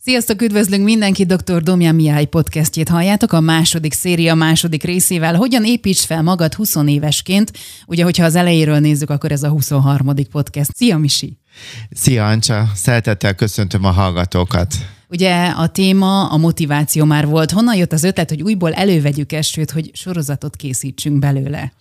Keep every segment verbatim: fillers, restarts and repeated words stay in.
Sziasztok, üdvözlünk mindenkit, doktor Domján Mihály podcastjét halljátok, a második széria második részével. Hogyan építs fel magad huszonévesként? Ugye, hogyha az elejéről nézzük, akkor ez a huszonharmadik podcast. Szia, Misi! Szia, Ancsa! Szeretettel köszöntöm a hallgatókat! Ugye a téma, a motiváció már volt. Honnan jött az ötlet, hogy újból elővegyük ezt, sőt, hogy sorozatot készítsünk belőle?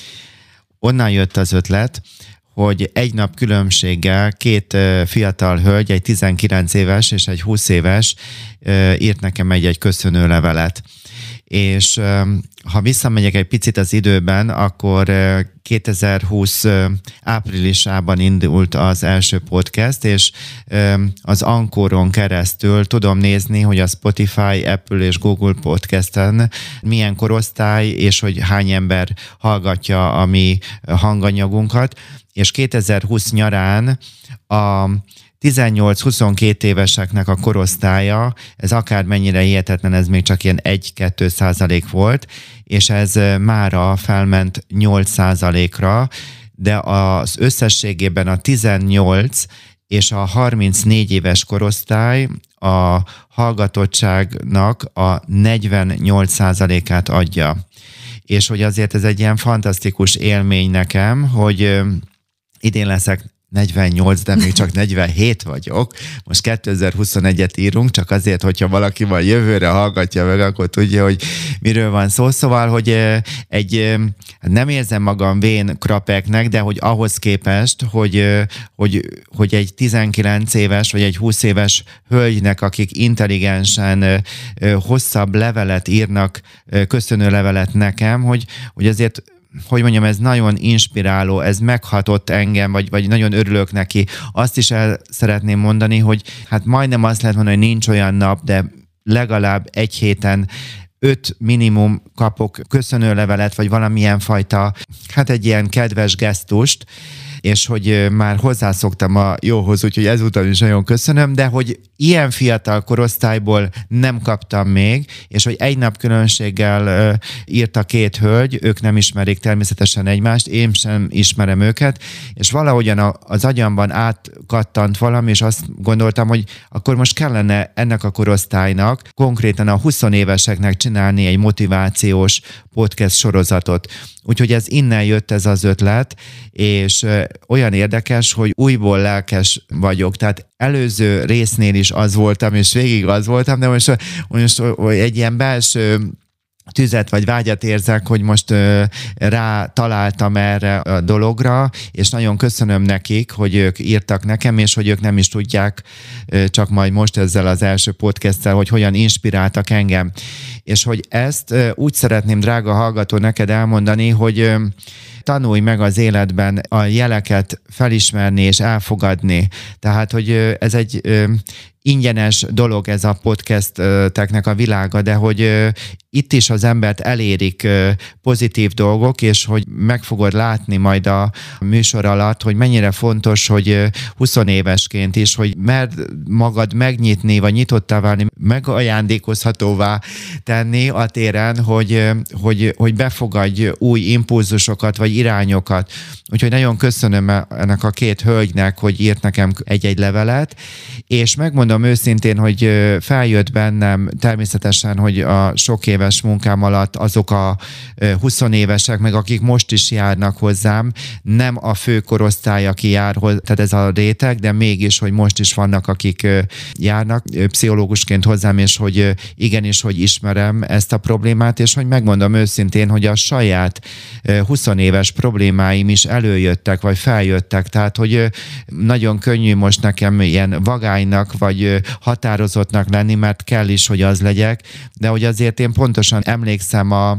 Onnan jött az ötlet, hogy egy nap különbséggel két fiatal hölgy, egy tizenkilenc éves és egy húsz éves írt nekem egy-egy köszönő levelet. És ha visszamegyek egy picit az időben, akkor kétezer-húsz áprilisában indult az első podcast, és az Anchoron keresztül tudom nézni, hogy a Spotify, Apple és Google podcasten milyen korosztály, és hogy hány ember hallgatja a mi hanganyagunkat. És kétezer-húsz nyarán a tizennyolc-huszonkettő éveseknek a korosztálya, ez akármennyire hihetetlen, ez még csak ilyen egy-kettő százalék volt, és ez mára felment nyolc százalékra, de az összességében a tizennyolc és a harmincnégy éves korosztály a hallgatottságnak a negyvennyolc százalékát adja. És hogy azért ez egy ilyen fantasztikus élmény nekem, hogy idén leszek negyvennyolc, de még csak negyvenhét vagyok. Most kétezer-huszonegyet írunk, csak azért, hogyha valaki majd jövőre hallgatja meg, akkor tudja, hogy miről van szó. Szóval, hogy egy, nem érzem magam vén krapeknek, de hogy ahhoz képest, hogy, hogy, hogy egy tizenkilenc éves vagy egy húsz éves hölgynek, akik intelligensen hosszabb levelet írnak, köszönő levelet nekem, hogy, hogy azért hogy mondjam, ez nagyon inspiráló, ez meghatott engem, vagy, vagy nagyon örülök neki. Azt is el szeretném mondani, hogy hát majdnem azt lehet mondani, hogy nincs olyan nap, de legalább egy héten öt minimum kapok köszönőlevelet, vagy valamilyen fajta, hát egy ilyen kedves gesztust, és hogy már hozzászoktam a jóhoz, úgyhogy ezúttal is nagyon köszönöm, de hogy ilyen fiatal korosztályból nem kaptam még, és hogy egy nap különbséggel írt a két hölgy, ők nem ismerik természetesen egymást, én sem ismerem őket, és valahogyan az agyamban átkattant valami, és azt gondoltam, hogy akkor most kellene ennek a korosztálynak, konkrétan a huszonéveseknek csinálni egy motivációs podcast sorozatot. Úgyhogy ez innen jött ez az ötlet, és olyan érdekes, hogy újból lelkes vagyok. Tehát előző résznél is az voltam, és végig az voltam, de most, most egy ilyen belső tüzet vagy vágyat érzek, hogy most ö, rá találtam erre a dologra, és nagyon köszönöm nekik, hogy ők írtak nekem, és hogy ők nem is tudják, ö, csak majd most ezzel az első podcasttel, hogy hogyan inspiráltak engem. És hogy ezt ö, úgy szeretném, drága hallgató, neked elmondani, hogy ö, tanulj meg az életben a jeleket felismerni és elfogadni. Tehát, hogy ö, ez egy ö, ingyenes dolog ez a podcasteknek a világa, de hogy uh, itt is az embert elérik uh, pozitív dolgok, és hogy meg fogod látni majd a műsor alatt, hogy mennyire fontos, hogy uh, huszonévesként is, hogy merd magad megnyitni, vagy nyitottá válni, megajándékozhatóvá tenni a téren, hogy, uh, hogy, hogy befogadj új impulzusokat, vagy irányokat. Úgyhogy nagyon köszönöm ennek a két hölgynek, hogy írt nekem egy-egy levelet, és megmondom, Mondom őszintén, hogy feljött bennem természetesen, hogy a sok éves munkám alatt azok a huszonévesek, meg akik most is járnak hozzám, nem a fő korosztály, aki jár, tehát ez a réteg, de mégis, hogy most is vannak, akik járnak pszichológusként hozzám, és hogy igenis, hogy ismerem ezt a problémát, és hogy megmondom őszintén, hogy a saját huszonéves problémáim is előjöttek, vagy feljöttek, tehát, hogy nagyon könnyű most nekem ilyen vagánynak, vagy határozottnak lenni, mert kell is, hogy az legyek, de hogy azért én pontosan emlékszem a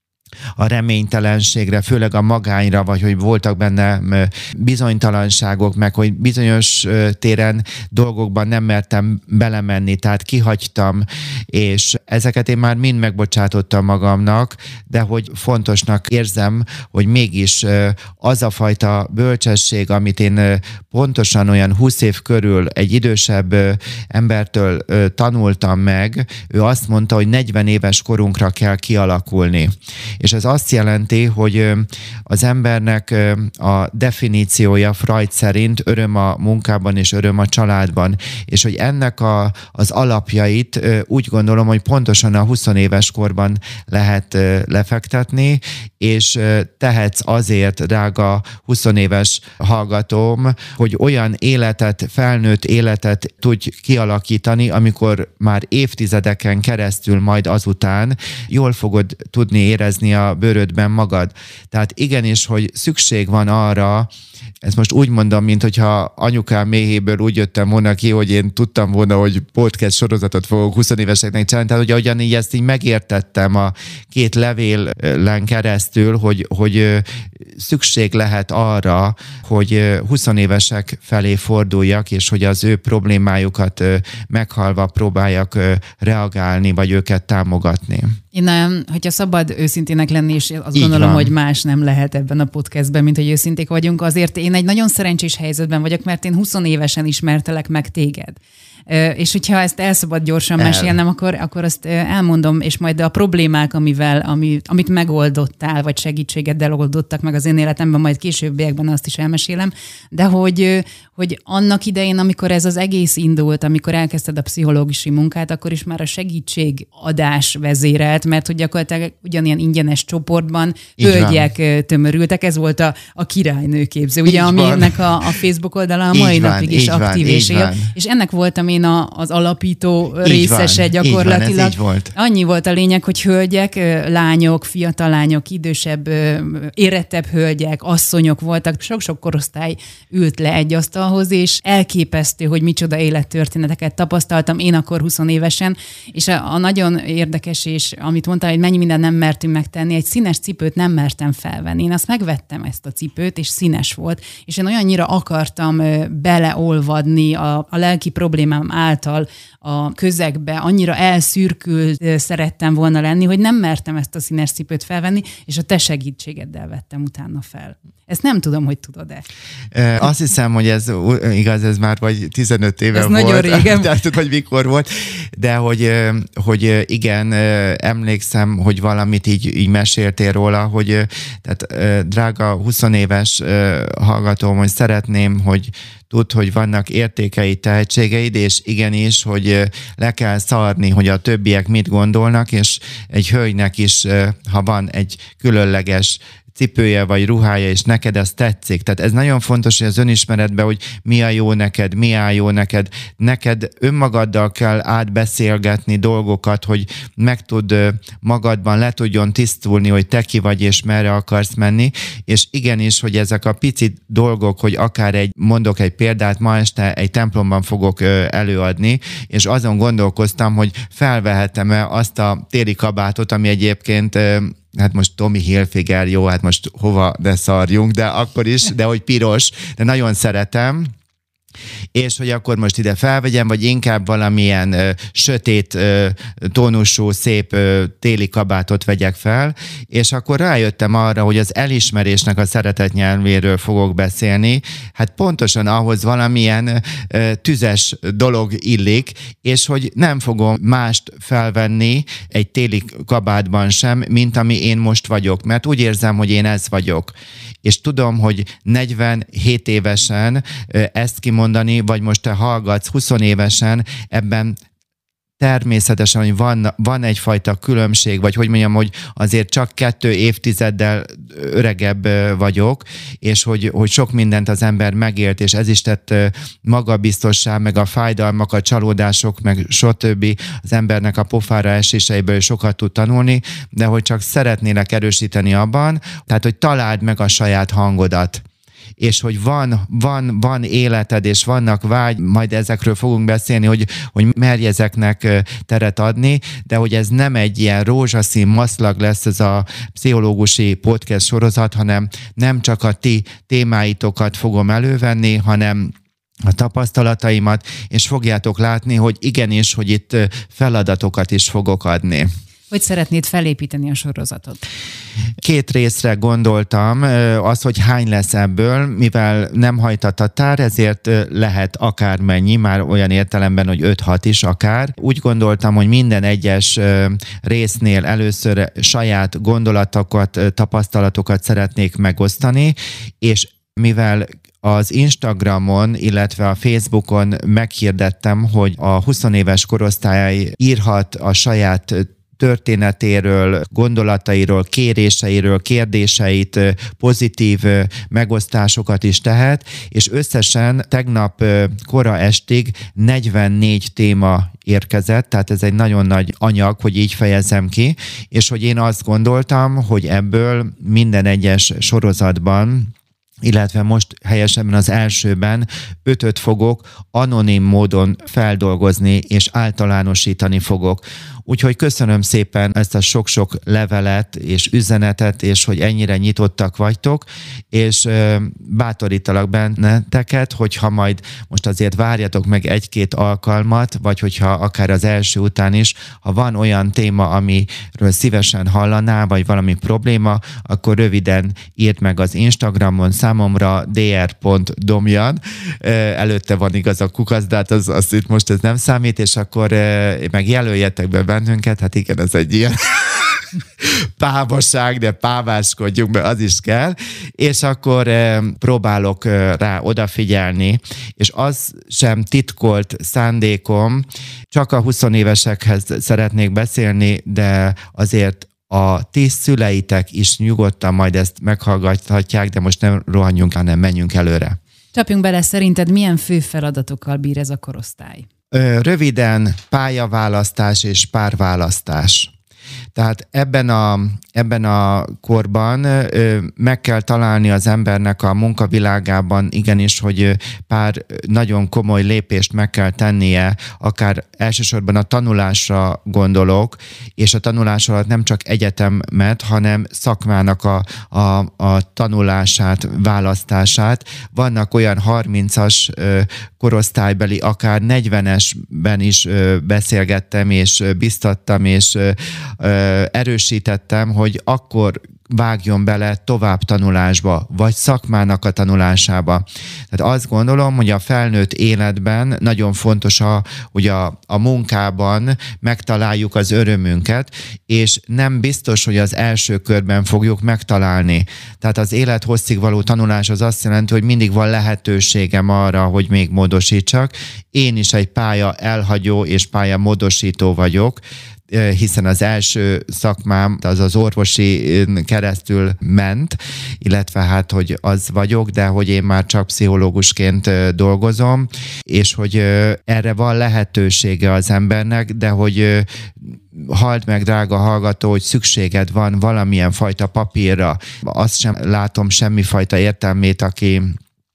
a reménytelenségre, főleg a magányra, vagy hogy voltak benne bizonytalanságok, meg hogy bizonyos téren dolgokban nem mertem belemenni, tehát kihagytam, és ezeket én már mind megbocsátottam magamnak, de hogy fontosnak érzem, hogy mégis az a fajta bölcsesség, amit én pontosan olyan húsz év körül egy idősebb embertől tanultam meg, ő azt mondta, hogy negyven éves korunkra kell kialakulni. És ez azt jelenti, hogy az embernek a definíciója Freud szerint öröm a munkában és öröm a családban, és hogy ennek a, az alapjait úgy gondolom, hogy pontosan a húsz éves korban lehet lefektetni, és tehetsz azért, drága húsz éves hallgatóm, hogy olyan életet, felnőtt életet tudj kialakítani, amikor már évtizedeken keresztül majd azután jól fogod tudni érezni a bőrödben magad. Tehát igenis, hogy szükség van arra, ezt most úgy mondom, mint hogyha anyukám méhéből úgy jöttem volna ki, hogy én tudtam volna, hogy podcast sorozatot fogok húsz éveseknek csinálni, tehát hogy ahogyan így ezt így megértettem a két levélen keresztül, hogy, hogy szükség lehet arra, hogy húsz évesek felé forduljak, és hogy az ő problémájukat meghalva próbáljak reagálni, vagy őket támogatni. Én, hogyha szabad őszintének lenni, és azt Így gondolom, van. hogy más nem lehet ebben a podcastben, mint hogy őszinték vagyunk, azért én egy nagyon szerencsés helyzetben vagyok, mert én húsz évesen ismertelek meg téged. És hogyha ezt elszabad gyorsan El. mesélnem, akkor, akkor azt elmondom, és majd a problémák, amivel, ami, amit megoldottál, vagy segítségeddel oldottak meg az én életemben, majd későbbiekben azt is elmesélem, de hogy, hogy annak idején, amikor ez az egész indult, amikor elkezdted a pszichológusi munkát, akkor is már a segítségadás vezérelt, mert hogy gyakorlatilag ugyanilyen ingyenes csoportban hölgyek tömörültek, ez volt a, a királynőképző, ugye, ami ennek a, a Facebook oldala a mai így napig van, is aktív, van, és, van. és ennek voltam én a, az alapító így részese van, gyakorlatilag. Így van, ez így volt. Annyi volt a lényeg, hogy hölgyek, lányok, fiatal lányok, idősebb, érettebb hölgyek, asszonyok voltak, sok-sok korosztály ült le egy asztalhoz, és elképesztő, hogy micsoda élettörténeteket tapasztaltam én akkor húsz évesen, és a, a nagyon érdekes, és amit mondtam, hogy mennyi mindent nem mertünk megtenni, egy színes cipőt nem mertem felvenni. Én azt megvettem, ezt a cipőt, és színes volt, és én olyannyira akartam beleolvadni a, a lelki problémám által a közegbe, annyira elszürkült szerettem volna lenni, hogy nem mertem ezt a színes cipőt felvenni, és a te segítségeddel vettem utána fel. Ezt nem tudom, hogy tudod-e. E, azt hiszem, hogy ez igaz, ez már vagy tizenöt éve ez volt. Nagyon régen. Nem tudom, hogy mikor volt, de hogy, hogy igen, emlékszem, hogy valamit így, így meséltél róla, hogy tehát drága húsz éves hallgatóm, hogy szeretném, hogy tudd, hogy vannak értékei, tehetségeid, és igenis, hogy le kell szarni, hogy a többiek mit gondolnak, és egy hölgynek is, ha van egy különleges cipője vagy ruhája, és neked ez tetszik. Tehát ez nagyon fontos, hogy az önismeretben, hogy mi a jó neked, mi áll jó neked. Neked önmagaddal kell átbeszélgetni dolgokat, hogy meg tud magadban, le tudjon tisztulni, hogy te ki vagy, és merre akarsz menni. És igenis, hogy ezek a pici dolgok, hogy akár egy, mondok egy példát, ma este egy templomban fogok előadni, és azon gondolkoztam, hogy felvehetem-e azt a téli kabátot, ami egyébként hát most Tommy Hilfiger, jó, hát most hova de szarjunk, de akkor is, de hogy piros, de nagyon szeretem, és hogy akkor most ide felvegyem, vagy inkább valamilyen ö, sötét ö, tónusú, szép ö, téli kabátot vegyek fel, és akkor rájöttem arra, hogy az elismerésnek a szeretet nyelvéről fogok beszélni, hát pontosan ahhoz valamilyen ö, tüzes dolog illik, és hogy nem fogom mást felvenni egy téli kabátban sem, mint ami én most vagyok, mert úgy érzem, hogy én ez vagyok. És tudom, hogy negyvenhét évesen ö, ezt kimondani, vagy most te hallgatsz húsz évesen, ebben természetesen, hogy van, van egyfajta különbség, vagy hogy mondjam, hogy azért csak kettő évtizeddel öregebb vagyok, és hogy, hogy sok mindent az ember megélt, és ez is tett magabiztossá, meg a fájdalmak, a csalódások, meg stb. Az embernek a pofára eséseiből sokat tud tanulni, de hogy csak szeretnélek erősíteni abban, tehát, hogy találd meg a saját hangodat. És hogy van, van, van életed, és vannak vágy, majd ezekről fogunk beszélni, hogy, hogy merj ezeknek teret adni, de hogy ez nem egy ilyen rózsaszín maszlag lesz ez a pszichológusi podcast sorozat, hanem nem csak a ti témáitokat fogom elővenni, hanem a tapasztalataimat, és fogjátok látni, hogy igenis, hogy itt feladatokat is fogok adni. Hogy szeretnéd felépíteni a sorozatot? Két részre gondoltam, az, hogy hány lesz ebből, mivel nem hajt a tatár, ezért lehet akármennyi, már olyan értelemben, hogy öt-hat is akár. Úgy gondoltam, hogy minden egyes résznél először saját gondolatokat, tapasztalatokat szeretnék megosztani, és mivel az Instagramon, illetve a Facebookon meghirdettem, hogy a húsz éves korosztály írhat a saját történetéről, gondolatairól, kéréseiről, kérdéseit, pozitív megosztásokat is tehet, és összesen tegnap kora estig negyvennégy téma érkezett, tehát ez egy nagyon nagy anyag, hogy így fejezzem ki, és hogy én azt gondoltam, hogy ebből minden egyes sorozatban, illetve most helyesebben az elsőben ötöt fogok anonim módon feldolgozni és általánosítani fogok. Úgyhogy köszönöm szépen ezt a sok-sok levelet és üzenetet, és hogy ennyire nyitottak vagytok, és bátorítalak benneteket, hogyha majd most azért várjatok meg egy-két alkalmat, vagy hogyha akár az első után is, ha van olyan téma, amiről szívesen hallaná, vagy valami probléma, akkor röviden írd meg az Instagramon számomra dr pont domjan, előtte van igaz a kukac, de hát az, az itt most ez nem számít, és akkor meg jelöljetek be bennünket, hát igen, ez egy ilyen pávaság, de páváskodjunk be, az is kell, és akkor e, próbálok e, rá odafigyelni, és az sem titkolt szándékom, csak a húsz évesekhez szeretnék beszélni, de azért a ti szüleitek is nyugodtan majd ezt meghallgathatják, de most nem rohanjunk, hanem menjünk előre. Csapjunk bele, szerinted milyen fő feladatokkal bír ez a korosztály? Röviden pályaválasztás és párválasztás. Tehát ebben a, ebben a korban ö, meg kell találni az embernek a munkavilágában igenis, hogy pár nagyon komoly lépést meg kell tennie, akár elsősorban a tanulásra gondolok, és a tanulás alatt nem csak egyetemet, hanem szakmának a, a, a tanulását, választását. Vannak olyan harmincas ö, korosztálybeli, akár negyvenesben is ö, beszélgettem, és biztattam, és ö, erősítettem, hogy akkor vágjon bele tovább tanulásba, vagy szakmának a tanulásába. Tehát azt gondolom, hogy a felnőtt életben nagyon fontos, a, hogy a, a munkában megtaláljuk az örömünket, és nem biztos, hogy az első körben fogjuk megtalálni. Tehát az élethosszig való tanulás az azt jelenti, hogy mindig van lehetőségem arra, hogy még módosítsak. Én is egy pálya elhagyó és pálya módosító vagyok, hiszen az első szakmám az az orvosi keresztül ment, illetve hát, hogy az vagyok, de hogy én már csak pszichológusként dolgozom, és hogy erre van lehetősége az embernek, de hogy halld meg, drága hallgató, hogy szükséged van valamilyen fajta papírra. Azt sem látom semmifajta értelmét, aki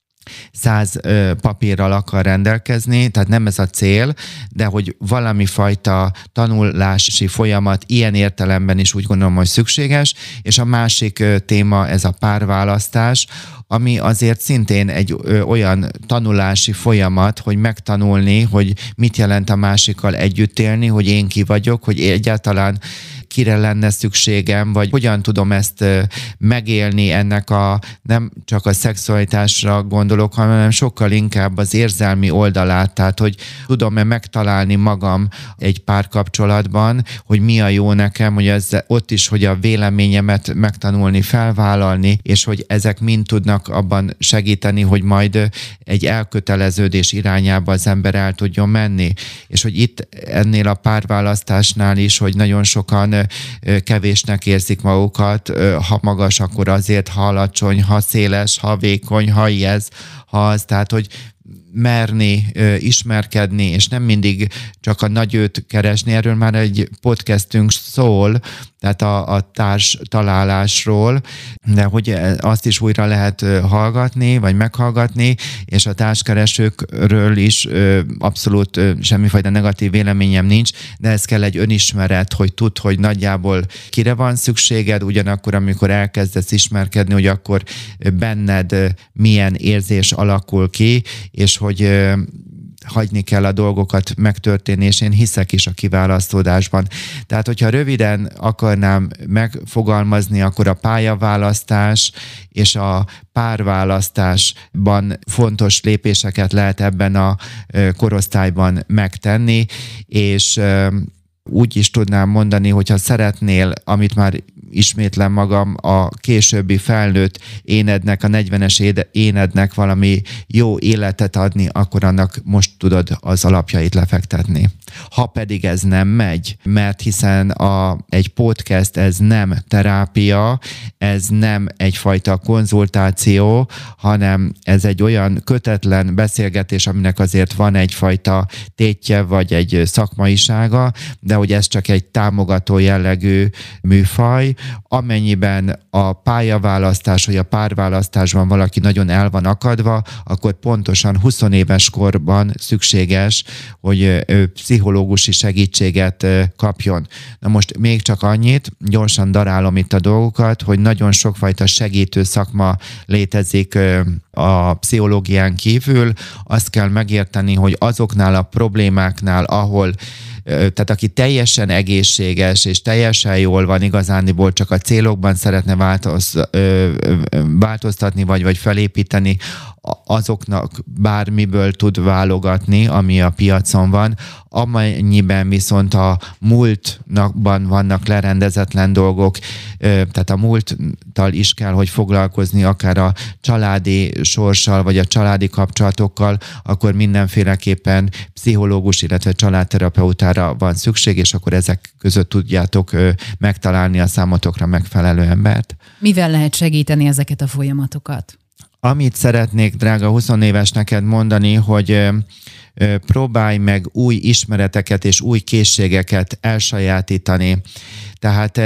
száz ö, papírral akar rendelkezni, tehát nem ez a cél, de hogy valami fajta tanulási folyamat ilyen értelemben is úgy gondolom, hogy szükséges, és a másik ö, téma ez a párválasztás, ami azért szintén egy ö, olyan tanulási folyamat, hogy megtanulni, hogy mit jelent a másikkal együtt élni, hogy én ki vagyok, hogy egyáltalán kire lenne szükségem, vagy hogyan tudom ezt megélni, ennek a nem csak a szexualitásra gondolok, hanem sokkal inkább az érzelmi oldalát, tehát hogy tudom-e megtalálni magam egy párkapcsolatban, hogy mi a jó nekem, hogy ez, ott is, hogy a véleményemet megtanulni, felvállalni, és hogy ezek mind tudnak abban segíteni, hogy majd egy elköteleződés irányába az ember el tudjon menni. És hogy itt ennél a párválasztásnál is, hogy nagyon sokan kevésnek érzik magukat, ha magas, akkor azért, ha alacsony, ha széles, ha vékony, ha ez, ha az, tehát, hogy merni, ismerkedni, és nem mindig csak a nagy őt keresni. Erről már egy podcastünk szól, tehát a, a társ találásról, de hogy azt is újra lehet hallgatni, vagy meghallgatni, és a társkeresőkről is abszolút semmifajta negatív véleményem nincs, de ez kell egy önismeret, hogy tudd, hogy nagyjából kire van szükséged, ugyanakkor, amikor elkezdesz ismerkedni, hogy akkor benned milyen érzés alakul ki, és hogy hagyni kell a dolgokat megtörténni, és én hiszek is a kiválasztódásban. Tehát, hogyha röviden akarnám megfogalmazni, akkor a pályaválasztás és a párválasztásban fontos lépéseket lehet ebben a korosztályban megtenni, és úgy is tudnám mondani, hogyha szeretnél, amit már ismétlem magam, a későbbi felnőtt énednek, a negyvenes énednek valami jó életet adni, akkor annak most tudod az alapjait lefektetni. Ha pedig ez nem megy, mert hiszen a, egy podcast ez nem terápia, ez nem egyfajta konzultáció, hanem ez egy olyan kötetlen beszélgetés, aminek azért van egyfajta tétje, vagy egy szakmaisága, de hogy ez csak egy támogató jellegű műfaj, amennyiben a pályaválasztás vagy a párválasztásban valaki nagyon el van akadva, akkor pontosan húsz éves korban szükséges, hogy pszichológusi segítséget kapjon. Na most még csak annyit, gyorsan darálom itt a dolgokat, hogy nagyon sokfajta segítő szakma létezik a pszichológián kívül. Azt kell megérteni, hogy azoknál a problémáknál, ahol tehát aki teljesen egészséges és teljesen jól van, igazániból csak a célokban szeretne változ, ö, változtatni vagy, vagy felépíteni, azoknak bármiből tud válogatni, ami a piacon van, amennyiben viszont a múltban vannak lerendezetlen dolgok, tehát a múlttal is kell, hogy foglalkozni, akár a családi sorssal, vagy a családi kapcsolatokkal, akkor mindenféleképpen pszichológus, illetve családterapeutára van szükség, és akkor ezek között tudjátok megtalálni a számotokra megfelelő embert. Mivel lehet segíteni ezeket a folyamatokat? Amit szeretnék, drága húsz éves neked mondani, hogy próbálj meg új ismereteket és új készségeket elsajátítani. Tehát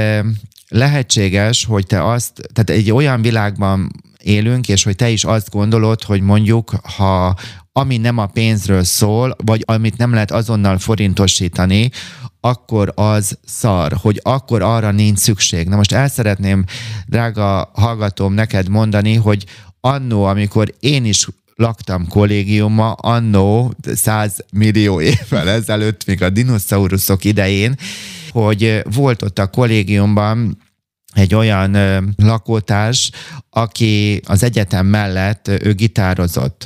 lehetséges, hogy te azt, tehát egy olyan világban élünk, és hogy te is azt gondolod, hogy mondjuk, ha ami nem a pénzről szól, vagy amit nem lehet azonnal forintosítani, akkor az szar, hogy akkor arra nincs szükség. Na most el szeretném, drága hallgatóm, neked mondani, hogy annó, amikor én is laktam kollégiumban, annó száz millió évvel ezelőtt, még a dinoszauruszok idején, hogy volt ott a kollégiumban egy olyan ö, lakótárs, aki az egyetem mellett ö, ő gitározott.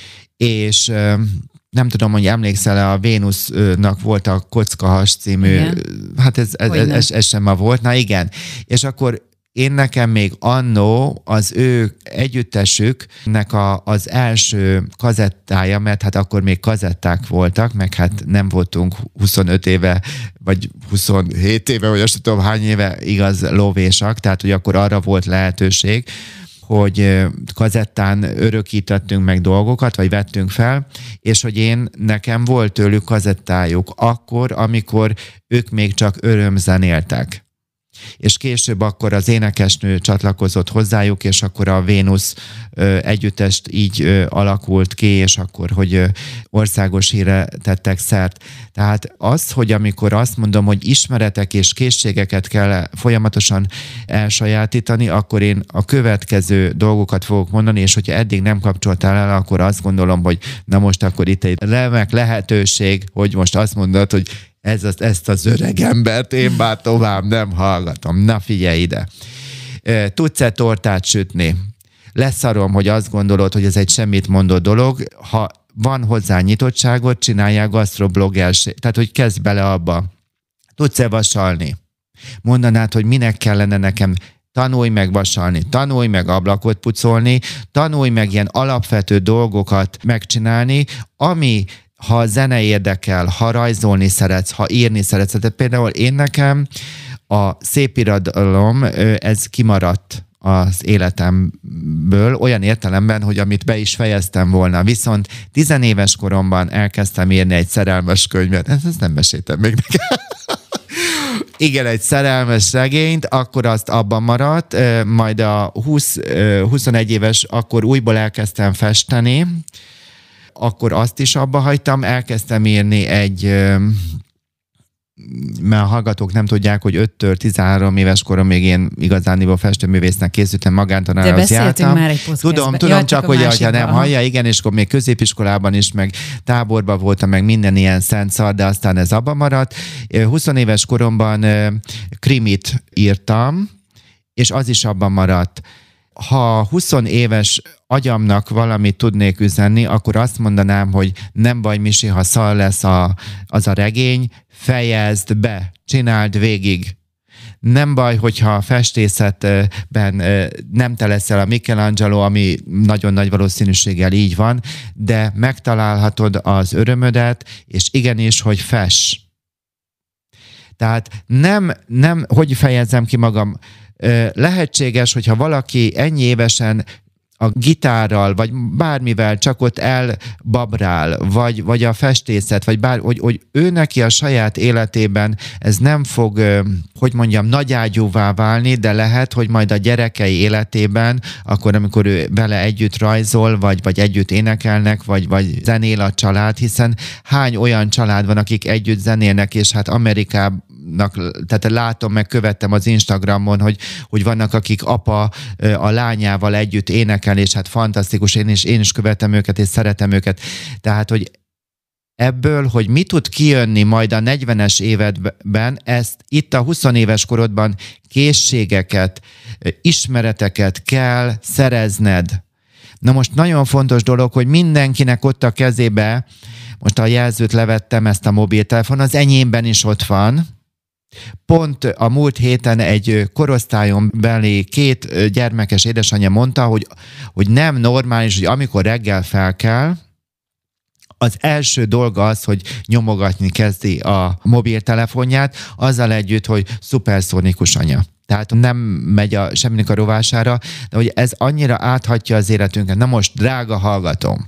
És ö, nem tudom, hogy emlékszel-e, a Vénusznak volt a Kockahas című, igen. Hát ez, ez, ez, ez, ez sem ma volt, na igen. És akkor én nekem még annó az ő együttesüknek a, az első kazettája, mert hát akkor még kazetták voltak, meg hát nem voltunk huszonöt éve, vagy huszonhét éve, vagy azt tudom hány éve igaz lóvésak, tehát hogy akkor arra volt lehetőség, hogy kazettán örökítettünk meg dolgokat, vagy vettünk fel, és hogy én, nekem volt tőlük kazettájuk akkor, amikor ők még csak örömzenéltek. És később akkor az énekesnő csatlakozott hozzájuk, és akkor a Vénusz ö, együttest így ö, alakult ki, és akkor, hogy ö, országos hírre tettek szert. Tehát az, hogy amikor azt mondom, hogy ismeretek és készségeket kell folyamatosan elsajátítani, akkor én a következő dolgokat fogok mondani, és hogyha eddig nem kapcsoltál el, akkor azt gondolom, hogy na most akkor itt egy remek lehetőség, hogy most azt mondod, hogy Ez az, ezt az öreg embert én már tovább nem hallgatom. Na figyelj ide. Tudsz-e tortát sütni? Leszarom, hogy azt gondolod, hogy ez egy semmit mondó dolog. Ha van hozzá nyitottságot, csináljál gasztrobloggerség. Tehát, hogy kezdj bele abba. Tudsz-e vasalni? Mondanád, hogy minek kellene nekem tanulj meg vasalni, tanulj meg ablakot pucolni, tanulj meg ilyen alapvető dolgokat megcsinálni, ami ha a zene érdekel, ha rajzolni szeretsz, ha írni szeretsz. Tehát például én nekem a szépirodalom, ez kimaradt az életemből, olyan értelemben, hogy amit be is fejeztem volna. Viszont tizenéves koromban elkezdtem írni egy szerelmes könyvet. Ezt nem meséltem még nekem. Igen, egy szerelmes regényt, akkor azt abban maradt, majd a húsz, huszonegy éves, akkor újból elkezdtem festeni, akkor azt is abba hagytam, elkezdtem írni egy mert a hallgatók nem tudják, hogy öttől tizenhárom éves korom még én igazániból festőművésznek készültem, magántanáros jártam. Már egy tudom, tudom, ja, csak hogy ha nem hallja, igen, és akkor még középiskolában is, meg táborban voltam, meg minden ilyen szent szar, de aztán ez abba maradt. húsz éves koromban krimit írtam, és az is abban maradt. Ha húsz éves agyamnak valamit tudnék üzenni, akkor azt mondanám, hogy nem baj, Misi, ha szar lesz a, az a regény, fejezd be, csináld végig. Nem baj, hogyha a festészetben nem te leszel a Michelangelo, ami nagyon nagy valószínűséggel így van, de megtalálhatod az örömödet, és igenis, hogy fess. Tehát nem, nem, hogy fejezzem ki magam, lehetséges, hogyha valaki ennyi évesen a gitárral, vagy bármivel csak ott elbabrál, vagy, vagy a festészet, vagy bár, hogy, hogy ő neki a saját életében ez nem fog, hogy mondjam, nagyágyúvá válni, de lehet, hogy majd a gyerekei életében, akkor amikor ő vele együtt rajzol, vagy, vagy együtt énekelnek, vagy, vagy zenél a család, hiszen hány olyan család van, akik együtt zenélnek, és hát Amerikában tehát látom, meg követtem az Instagramon, hogy, hogy vannak, akik apa a lányával együtt énekel, és hát fantasztikus, én is, én is követem őket, és szeretem őket. Tehát, hogy ebből, hogy mi tud kijönni majd a negyvenes évedben, ezt itt a húsz éves korodban készségeket, ismereteket kell szerezned. Na most nagyon fontos dolog, hogy mindenkinek ott a kezébe, most a jelzőt levettem, ezt a mobiltelefon, az enyémben is ott van. Pont a múlt héten egy korosztályon belé két gyermekes édesanyja mondta, hogy, hogy nem normális, hogy amikor reggel felkel, az első dolga az, hogy nyomogatni kezdi a mobiltelefonját, azzal együtt, hogy szuperszónikus anya. Tehát nem megy a, semminek a rovására, de hogy ez annyira áthatja az életünket. Na most, drága hallgatom,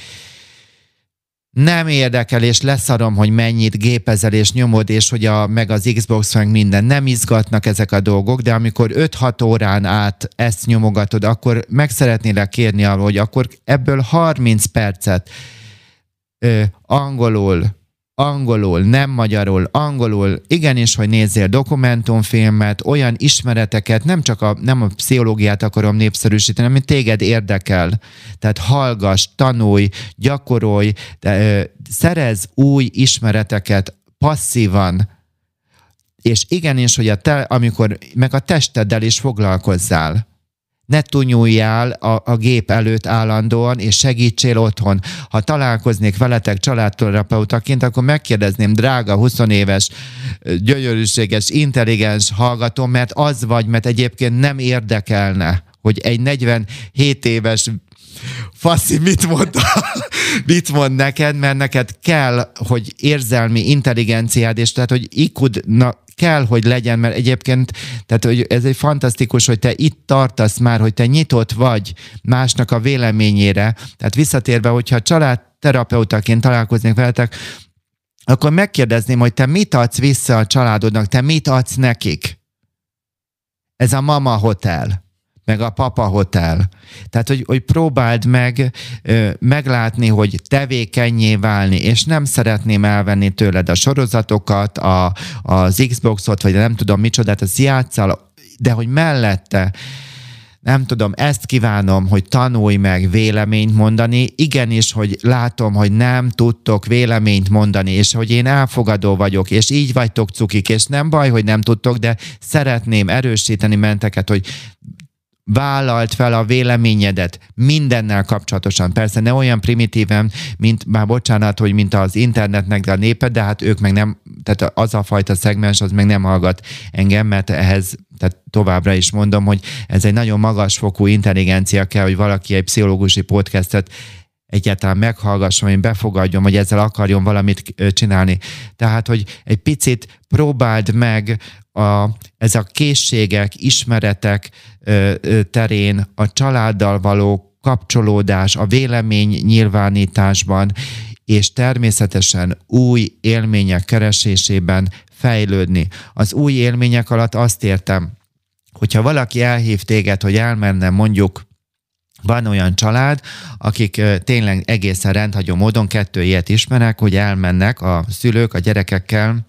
nem érdekel, és leszarom, hogy mennyit gépezel és nyomod, és hogy a, meg az Xbox, meg minden. Nem izgatnak ezek a dolgok, de amikor öt-hat órán át ezt nyomogatod, akkor meg szeretnélek kérni arra, hogy akkor ebből harminc percet ö, angolul, angolul, nem magyarul, angolul, igenis, hogy nézzél dokumentumfilmet, olyan ismereteket, nem csak a, nem a pszichológiát akarom népszerűsíteni, amit téged érdekel. Tehát hallgass, tanulj, gyakorolj, de, ö, szerezz új ismereteket passzívan, és igenis, hogy a te, amikor meg a testeddel is foglalkozzál. Ne tunjuljál a, a gép előtt állandóan, és segítsél otthon. Ha találkoznék veletek családterapeutaként, akkor megkérdezném, drága, húsz éves, gyönyörűséges, intelligens hallgatóm, mert az vagy, mert egyébként nem érdekelne, hogy egy negyvenhét éves faszi mit mond, mit mond neked, mert neked kell, hogy érzelmi intelligenciád, és tehát, hogy í kú-d kell, hogy legyen, mert egyébként, tehát hogy ez egy fantasztikus, hogy te itt tartasz már, hogy te nyitott vagy másnak a véleményére. Tehát visszatérve, hogyha családterapeutaként találkoznék veletek, akkor megkérdezném, hogy te mit adsz vissza a családodnak, te mit adsz nekik? Ez a mama hotel, meg a papa hotel. Tehát, hogy, hogy próbáld meg ö, meglátni, hogy tevékennyé válni, és nem szeretném elvenni tőled a sorozatokat, a, az Xboxot, vagy nem tudom micsodát, az játsszal, de hogy mellette, nem tudom, ezt kívánom, hogy tanulj meg véleményt mondani, igenis, hogy látom, hogy nem tudtok véleményt mondani, és hogy én elfogadó vagyok, és így vagytok cukik, és nem baj, hogy nem tudtok, de szeretném erősíteni menteket, hogy vállalt fel a véleményedet mindennel kapcsolatosan. Persze ne olyan primitíven, mint, már bocsánat, hogy mint az internetnek a néped, de hát ők meg nem, tehát az a fajta szegmens, az meg nem hallgat engem, mert ehhez, tehát továbbra is mondom, hogy ez egy nagyon magasfokú intelligencia kell, hogy valaki egy pszichológusi podcastet egyáltalán meghallgasson, hogy befogadjon, hogy ezzel akarjon valamit csinálni. Tehát, hogy egy picit próbáld meg a, ez a készségek, ismeretek ö, ö, terén a családdal való kapcsolódás, a vélemény nyilvánításban, és természetesen új élmények keresésében fejlődni. Az új élmények alatt azt értem, hogyha valaki elhív téged, hogy elmenne mondjuk, van olyan család, akik tényleg egészen rendhagyó módon, kettő ilyet ismerek, hogy elmennek a szülők a gyerekekkel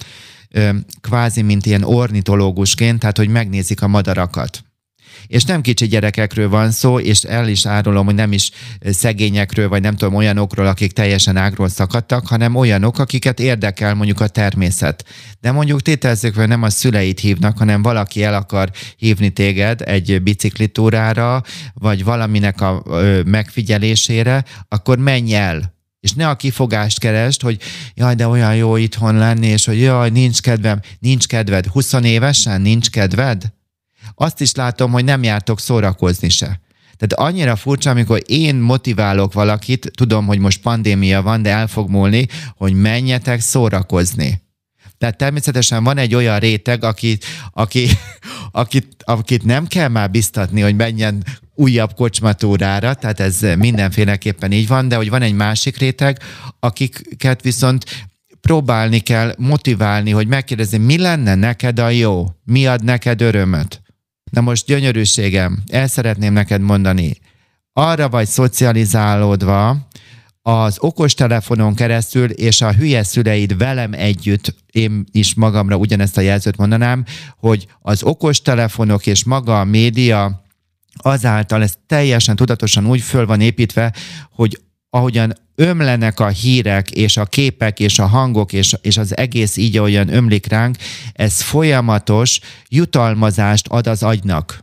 kvázi, mint ilyen ornitológusként, tehát hogy megnézik a madarakat. És nem kicsi gyerekekről van szó, és el is árulom, hogy nem is szegényekről, vagy nem tudom, olyanokról, akik teljesen ágról szakadtak, hanem olyanok, akiket érdekel mondjuk a természet. De mondjuk tételezzük, hogy nem a szüleit hívnak, hanem valaki el akar hívni téged egy biciklitúrára, vagy valaminek a ö, megfigyelésére, akkor menj el. És ne a kifogást keresd, hogy jaj, de olyan jó itthon lenni, és hogy jaj, nincs kedvem, nincs kedved. húsz évesen nincs kedved? Azt is látom, hogy nem jártok szórakozni se. Tehát annyira furcsa, amikor én motiválok valakit, tudom, hogy most pandémia van, de el fog múlni, hogy menjetek szórakozni. Tehát természetesen van egy olyan réteg, aki, aki, akit, akit nem kell már biztatni, hogy menjen újabb kocsmatúrára, tehát ez mindenféleképpen így van, de hogy van egy másik réteg, akiket viszont próbálni kell motiválni, hogy megkérdezni, mi lenne neked a jó? Mi ad neked örömöt? Na most gyönyörűségem, el szeretném neked mondani, arra vagy szocializálódva az okostelefonon keresztül, és a hülye szüleid velem együtt, én is magamra ugyanezt a jelzőt mondanám, hogy az okostelefonok és maga a média azáltal ez teljesen tudatosan úgy föl van építve, hogy ahogyan ömlenek a hírek, és a képek, és a hangok, és, és az egész így, olyan ömlik ránk, ez folyamatos jutalmazást ad az agynak.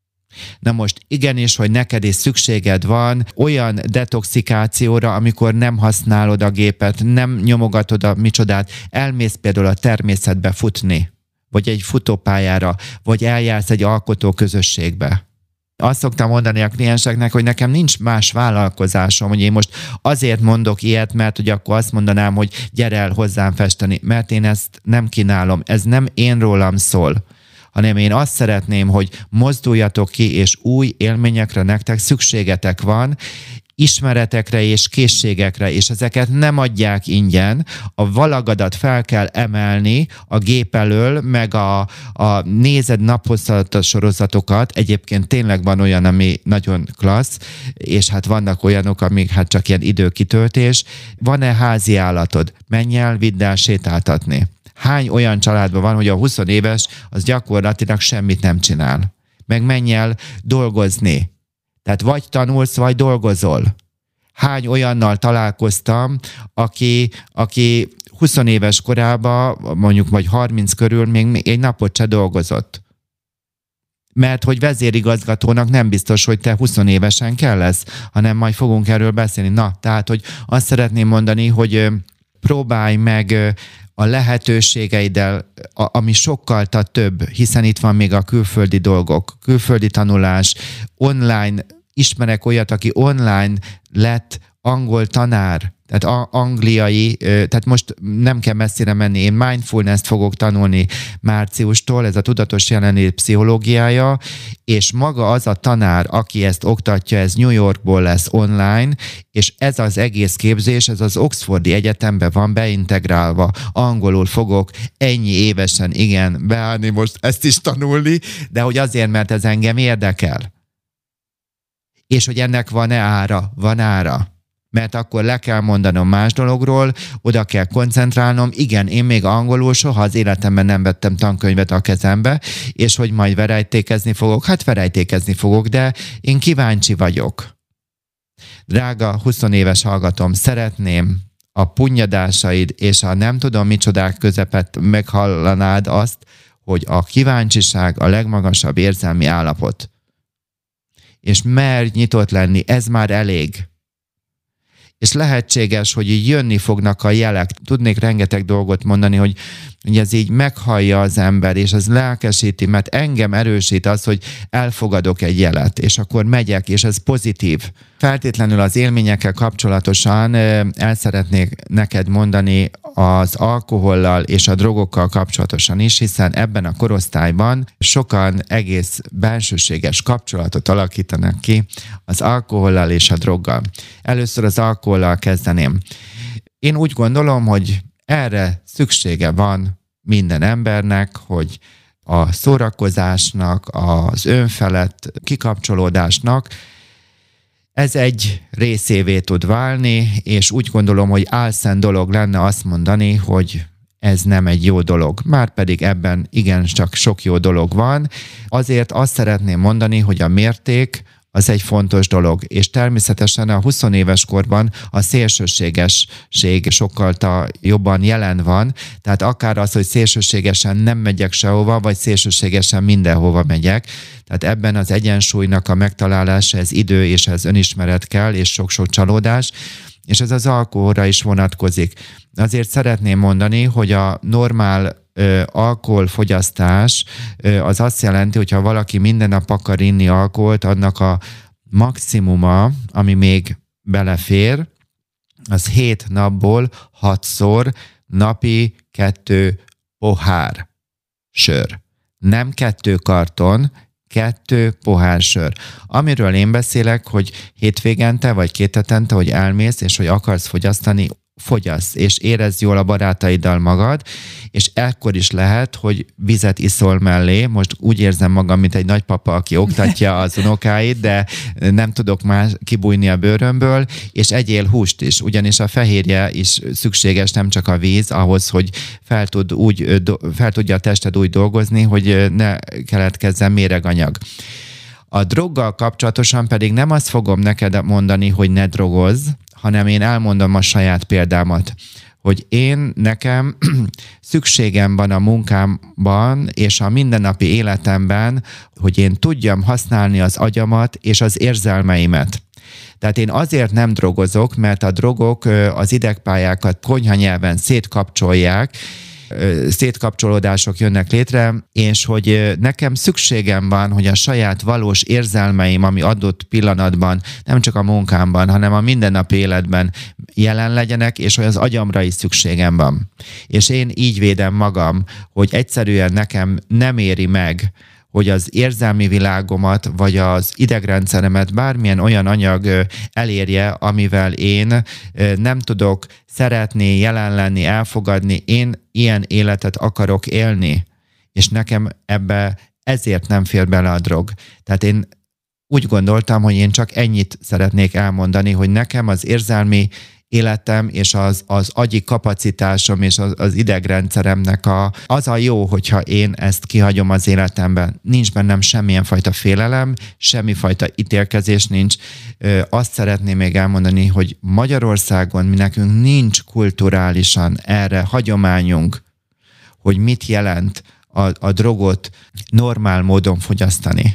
Na most igenis, hogy neked is szükséged van olyan detoxikációra, amikor nem használod a gépet, nem nyomogatod a micsodát, elmész például a természetbe futni, vagy egy futópályára, vagy eljársz egy alkotó közösségbe. Azt szoktam mondani a klienseknek, hogy nekem nincs más vállalkozásom, hogy én most azért mondok ilyet, mert hogy akkor azt mondanám, hogy gyere el hozzám festeni, mert én ezt nem kínálom, ez nem én rólam szól, hanem én azt szeretném, hogy mozduljatok ki, és új élményekre nektek szükségetek van, ismeretekre és készségekre, és ezeket nem adják ingyen, a valagadat fel kell emelni a gép elől, meg a, a nézed naphosszalatos sorozatokat, egyébként tényleg van olyan, ami nagyon klassz, és hát vannak olyanok, amik hát csak ilyen időkitöltés. Van-e házi állatod? Menj el, vidd el sétáltatni. Hány olyan családban van, hogy a húsz éves az gyakorlatilag semmit nem csinál? Meg menj el dolgozni. Tehát vagy tanulsz, vagy dolgozol. Hány olyannal találkoztam, aki, aki húsz éves korában, mondjuk vagy harminc körül még egy napot se dolgozott. Mert hogy vezérigazgatónak nem biztos, hogy te húsz évesen kell lesz, hanem majd fogunk erről beszélni. Na, tehát, hogy azt szeretném mondani, hogy próbálj meg a lehetőségeiddel, ami sokkal több, hiszen itt van még a külföldi dolgok, külföldi tanulás, online, ismerek olyat, aki online lett angol tanár, tehát angliai, tehát most nem kell messzire menni, én mindfulness-t fogok tanulni márciustól, ez a tudatos jelenlét pszichológiája, és maga az a tanár, aki ezt oktatja, ez New Yorkból lesz online, és ez az egész képzés, ez az Oxfordi Egyetembe van beintegrálva, angolul fogok ennyi évesen, igen, beállni most ezt is tanulni, de hogy azért, mert ez engem érdekel. És hogy ennek van-e ára? Van ára. Mert akkor le kell mondanom más dologról, oda kell koncentrálnom, igen, én még angolul soha az életemben nem vettem tankönyvet a kezembe, és hogy majd verejtékezni fogok, hát verejtékezni fogok, de én kíváncsi vagyok. Drága húsz éves hallgatom, szeretném a punnyadásaid és a nem tudom micsodák közepet meghallanád azt, hogy a kíváncsiság a legmagasabb érzelmi állapot. És merj nyitott lenni, ez már elég. És lehetséges, hogy így jönni fognak a jelek. Tudnék rengeteg dolgot mondani, hogy, hogy ez így meghallja az ember, és ez lelkesíti, mert engem erősít az, hogy elfogadok egy jelet, és akkor megyek, és ez pozitív. Feltétlenül az élményekkel kapcsolatosan el szeretnék neked mondani az alkohollal és a drogokkal kapcsolatosan is, hiszen ebben a korosztályban sokan egész bensőséges kapcsolatot alakítanak ki az alkohollal és a droggal. Először az alkohollal kezdeném. Én úgy gondolom, hogy erre szüksége van minden embernek, hogy a szórakozásnak, az önfelett kikapcsolódásnak ez egy részévé tud válni, és úgy gondolom, hogy álszent dolog lenne azt mondani, hogy ez nem egy jó dolog. Márpedig ebben igencsak sok jó dolog van. Azért azt szeretném mondani, hogy a mérték az egy fontos dolog, és természetesen a húsz éves korban a szélsőségesség sokkal jobban jelen van, tehát akár az, hogy szélsőségesen nem megyek sehova, vagy szélsőségesen mindenhova megyek, tehát ebben az egyensúlynak a megtalálása, ez idő és ez önismeret kell, és sok-sok csalódás, és ez az alkoholra is vonatkozik. Azért szeretném mondani, hogy a normál ö, alkoholfogyasztás ö, az azt jelenti, hogyha valaki minden nap akar inni alkoholt, annak a maximuma, ami még belefér, az hét napból hatszor napi kettő pohár sör. Nem kettő karton, kettő pohár sör. Amiről én beszélek, hogy hétvégente vagy két hetente, hogy elmész, és hogy akarsz fogyasztani, fogyasz, és érezd jól a barátaiddal magad, és ekkor is lehet, hogy vizet iszol mellé. Most úgy érzem magam, mint egy nagypapa, aki oktatja az unokáit, de nem tudok már kibújni a bőrömből, és egyél húst is, ugyanis a fehérje is szükséges, nem csak a víz, ahhoz, hogy fel, tud úgy, fel tudja a tested úgy dolgozni, hogy ne keletkezzen méreganyag. A droggal kapcsolatosan pedig nem azt fogom neked mondani, hogy ne drogozz, hanem én elmondom a saját példámat, hogy én nekem szükségem van a munkámban és a mindennapi életemben, hogy én tudjam használni az agyamat és az érzelmeimet. Tehát én azért nem drogozok, mert a drogok az idegpályákat konyhanyelven szétkapcsolják, szétkapcsolódások jönnek létre, és hogy nekem szükségem van, hogy a saját valós érzelmeim, ami adott pillanatban, nem csak a munkámban, hanem a mindennapi életben jelen legyenek, és hogy az agyamra is szükségem van. És én így védem magam, hogy egyszerűen nekem nem éri meg, hogy az érzelmi világomat, vagy az idegrendszeremet bármilyen olyan anyag elérje, amivel én nem tudok szeretni, jelen lenni, elfogadni. Én ilyen életet akarok élni, és nekem ebbe ezért nem fér bele a drog. Tehát én úgy gondoltam, hogy én csak ennyit szeretnék elmondani, hogy nekem az érzelmi életem és az, az agyi kapacitásom és az, az idegrendszeremnek a, az a jó, hogyha én ezt kihagyom az életemben. Nincs bennem semmilyen fajta félelem, semmifajta ítélkezés nincs. Ö, azt szeretném még elmondani, hogy Magyarországon mi nekünk nincs kulturálisan erre hagyományunk, hogy mit jelent a, a drogot normál módon fogyasztani.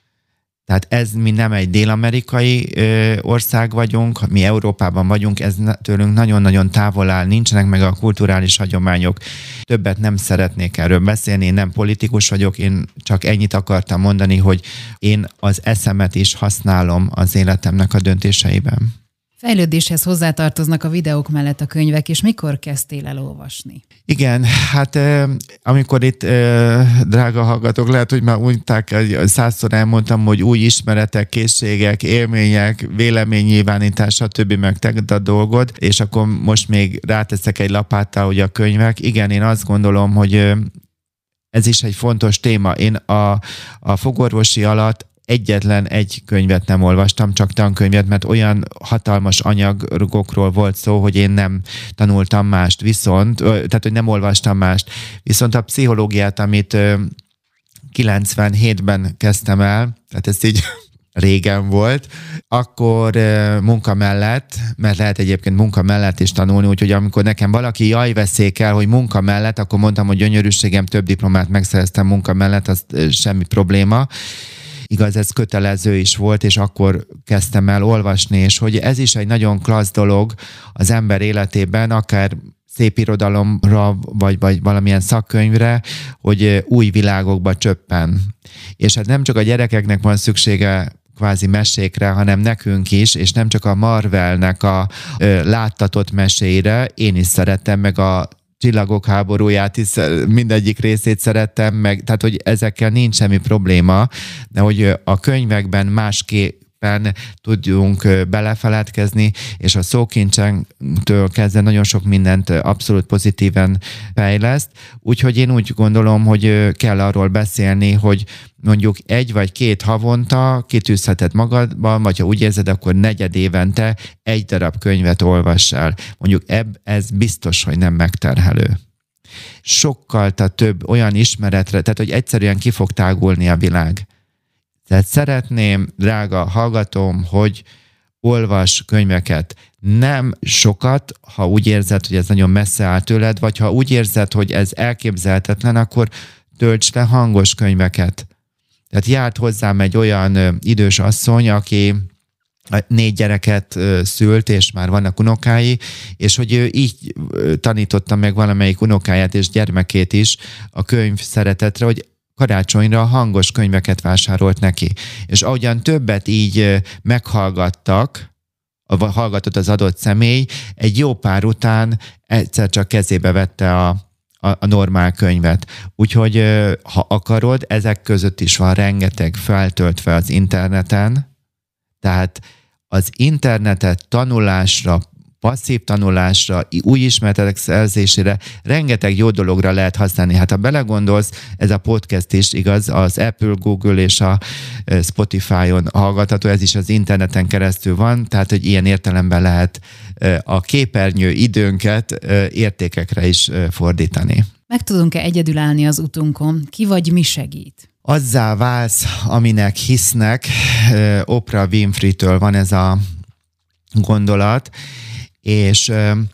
Tehát ez mi nem egy dél-amerikai ö, ország vagyunk, mi Európában vagyunk, ez tőlünk nagyon-nagyon távol áll, nincsenek meg a kulturális hagyományok. Többet nem szeretnék erről beszélni, én nem politikus vagyok, én csak ennyit akartam mondani, hogy én az eszemet is használom az életemnek a döntéseiben. Fejlődéshez hozzátartoznak a videók mellett a könyvek, és mikor kezdtél el olvasni? Igen, hát amikor itt, drága hallgatók, lehet, hogy már mondták, százszor elmondtam, hogy új ismeretek, készségek, élmények, véleménynyilvánítás, stb. Meg tegd a dolgod, és akkor most még ráteszek egy lapáttal, hogy a könyvek. Igen, én azt gondolom, hogy ez is egy fontos téma. Én a, a fogorvosi alatt egyetlen egy könyvet nem olvastam, csak tankönyvet, mert olyan hatalmas anyagokról volt szó, hogy én nem tanultam mást, viszont, tehát, hogy nem olvastam mást. Viszont a pszichológiát, amit kilencvenhétben kezdtem el, tehát ez így régen volt, akkor munka mellett, mert lehet egyébként munka mellett is tanulni, úgyhogy amikor nekem valaki jaj veszék el, hogy munka mellett, akkor mondtam, hogy gyönyörűségem, több diplomát megszereztem munka mellett, az semmi probléma. Igaz, ez kötelező is volt, és akkor kezdtem el olvasni, és hogy ez is egy nagyon klassz dolog az ember életében, akár szép irodalomra, vagy, vagy valamilyen szakkönyvre, hogy új világokba csöppen. És hát nem csak a gyerekeknek van szüksége kvázi mesékre, hanem nekünk is, és nem csak a Marvelnek a ö, láttatott meséire, én is szerettem, meg a Csillagok háborúját is mindegyik részét szerettem meg, tehát hogy ezekkel nincs semmi probléma, de hogy a könyvekben másképpen tudjunk belefeledkezni, és a szókincsenktől kezdve nagyon sok mindent abszolút pozitíven fejleszt, úgyhogy én úgy gondolom, hogy kell arról beszélni, hogy mondjuk egy vagy két havonta kitűzheted magadban, vagy ha úgy érzed, akkor negyed évente egy darab könyvet olvass el. Mondjuk ebb, ez biztos, hogy nem megterhelő. Sokkal több olyan ismeretre, tehát hogy egyszerűen ki fog tágulni a világ. Tehát szeretném, drága hallgatom, hogy olvas könyveket. Nem sokat, ha úgy érzed, hogy ez nagyon messze áll tőled, vagy ha úgy érzed, hogy ez elképzelhetetlen, akkor tölts le hangos könyveket. Tehát járt hozzám egy olyan idős asszony, aki négy gyereket szült, és már vannak unokái, és hogy ő így tanította meg valamelyik unokáját és gyermekét is a könyv szeretetre, hogy karácsonyra hangos könyveket vásárolt neki. És ahogyan többet így meghallgattak, hallgatott az adott személy, egy jó pár után egyszer csak kezébe vette a, a, a normál könyvet. Úgyhogy ha akarod, ezek között is van rengeteg feltöltve az interneten, tehát az internetet tanulásra, passzív tanulásra, új ismeretek szerzésére rengeteg jó dologra lehet használni. Hát ha belegondolsz, ez a podcast is igaz, az Apple, Google és a Spotify-on hallgatható, ez is az interneten keresztül van, tehát hogy ilyen értelemben lehet a képernyő időnket értékekre is fordítani. Meg tudunk-e egyedül állni az utunkon? Ki vagy mi segít? Azzá válsz, aminek hisznek. Oprah Winfrey-től van ez a gondolat, és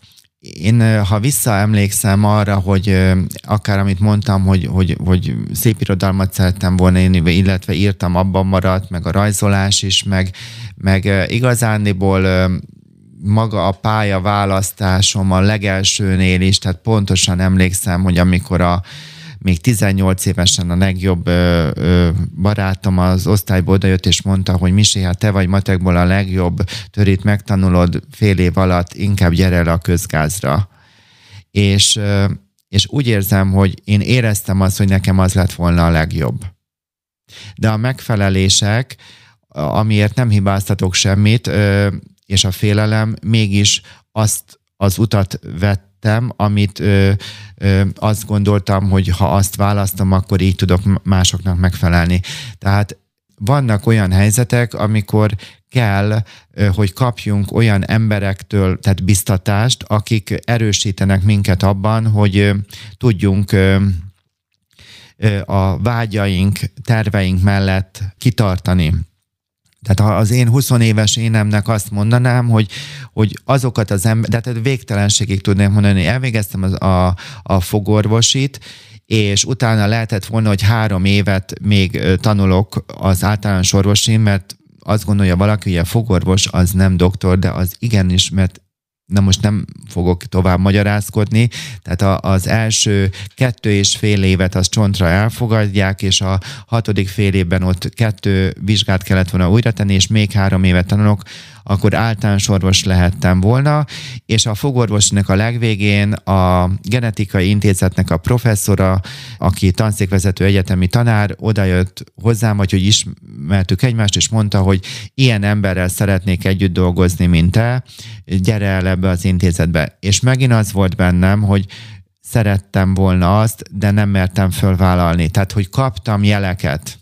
én, ha visszaemlékszem arra, hogy akár amit mondtam, hogy, hogy, hogy szép irodalmat szerettem volna én, illetve írtam, abban maradt, meg a rajzolás is, meg, meg igazándiból maga a pályaválasztásom a legelsőnél is, tehát pontosan emlékszem, hogy amikor a még tizennyolc évesen a legjobb ö, ö, barátom az osztályból odajött, és mondta, hogy Misi, hát te vagy matekból a legjobb, törít megtanulod fél év alatt, inkább gyere el a közgázra. És, ö, és úgy érzem, hogy én éreztem azt, hogy nekem az lett volna a legjobb. De a megfelelések, amiért nem hibáztatok semmit, ö, és a félelem mégis azt az utat vett, amit ö, ö, azt gondoltam, hogy ha azt választom, akkor így tudok másoknak megfelelni. Tehát vannak olyan helyzetek, amikor kell, ö, hogy kapjunk olyan emberektől, tehát biztatást, akik erősítenek minket abban, hogy ö, tudjunk ö, ö, a vágyaink, terveink mellett kitartani. Tehát az én húsz éves énemnek azt mondanám, hogy, hogy azokat az emberek, tehát végtelenségig tudnám mondani, elvégeztem az, a, a fogorvosit, és utána lehetett volna, hogy három évet még tanulok az általános orvosin, mert azt gondolja valaki, hogy a fogorvos az nem doktor, de az igenis, mert na most nem fogok tovább magyarázkodni, tehát az első kettő és fél évet az csontra elfogadják, és a hatodik fél évben ott kettő vizsgát kellett volna újra tenni, és még három évet tanulok, akkor általános orvos lehettem volna, és a fogorvosnak a legvégén a genetikai intézetnek a professzora, aki tanszékvezető egyetemi tanár, odajött hozzám, vagy hogy ismertük egymást, és mondta, hogy ilyen emberrel szeretnék együtt dolgozni, mint te, gyere el ebbe az intézetbe. És megint az volt bennem, hogy szerettem volna azt, de nem mertem fölvállalni. Tehát, hogy kaptam jeleket.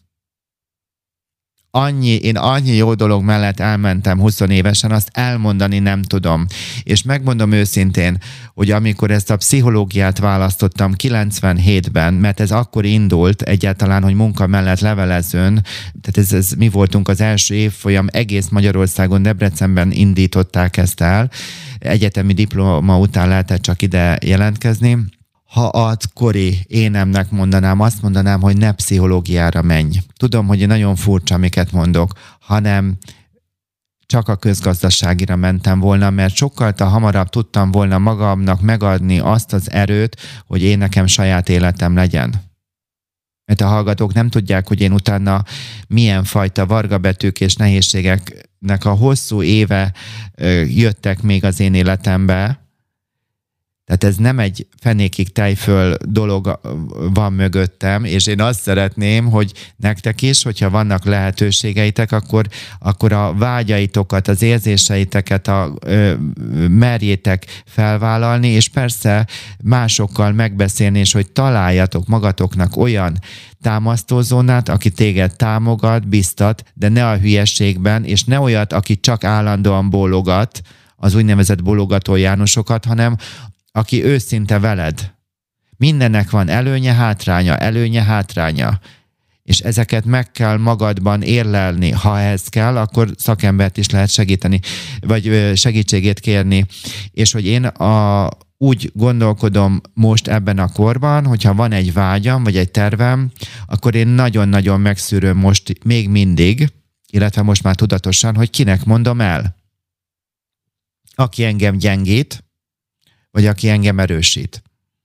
Annyi, én annyi jó dolog mellett elmentem húsz évesen, azt elmondani nem tudom. És megmondom őszintén, hogy amikor ezt a pszichológiát választottam kilencvenhétben, mert ez akkor indult egyáltalán, hogy munka mellett levelezzön, tehát ez, ez mi voltunk az első évfolyam, egész Magyarországon, Debrecenben indították ezt el, egyetemi diploma után lehetett csak ide jelentkezni. Ha akkori énemnek mondanám, azt mondanám, hogy ne pszichológiára menj. Tudom, hogy nagyon furcsa, amiket mondok, hanem csak a közgazdaságira mentem volna, mert sokkal hamarabb tudtam volna magamnak megadni azt az erőt, hogy én nekem saját életem legyen. Mert a hallgatók nem tudják, hogy én utána milyen fajta vargabetűk és nehézségeknek a hosszú éve jöttek még az én életembe. Tehát ez nem egy fenékig tejföl dolog van mögöttem, és én azt szeretném, hogy nektek is, hogyha vannak lehetőségeitek, akkor, akkor a vágyaitokat, az érzéseiteket a, ö, merjétek felvállalni, és persze másokkal megbeszélni, és hogy találjatok magatoknak olyan támasztózónát, aki téged támogat, biztat, de ne a hülyeségben, és ne olyat, aki csak állandóan bólogat, az úgynevezett bólogató Jánosokat, hanem aki őszinte veled. Mindennek van előnye, hátránya, előnye, hátránya. És ezeket meg kell magadban érlelni. Ha ez kell, akkor szakembert is lehet segíteni, vagy segítségét kérni. És hogy én a, úgy gondolkodom most ebben a korban, hogyha van egy vágyam, vagy egy tervem, akkor én nagyon-nagyon megszűröm most még mindig, illetve most már tudatosan, hogy kinek mondom el. Aki engem gyengít, vagy aki engem erősít.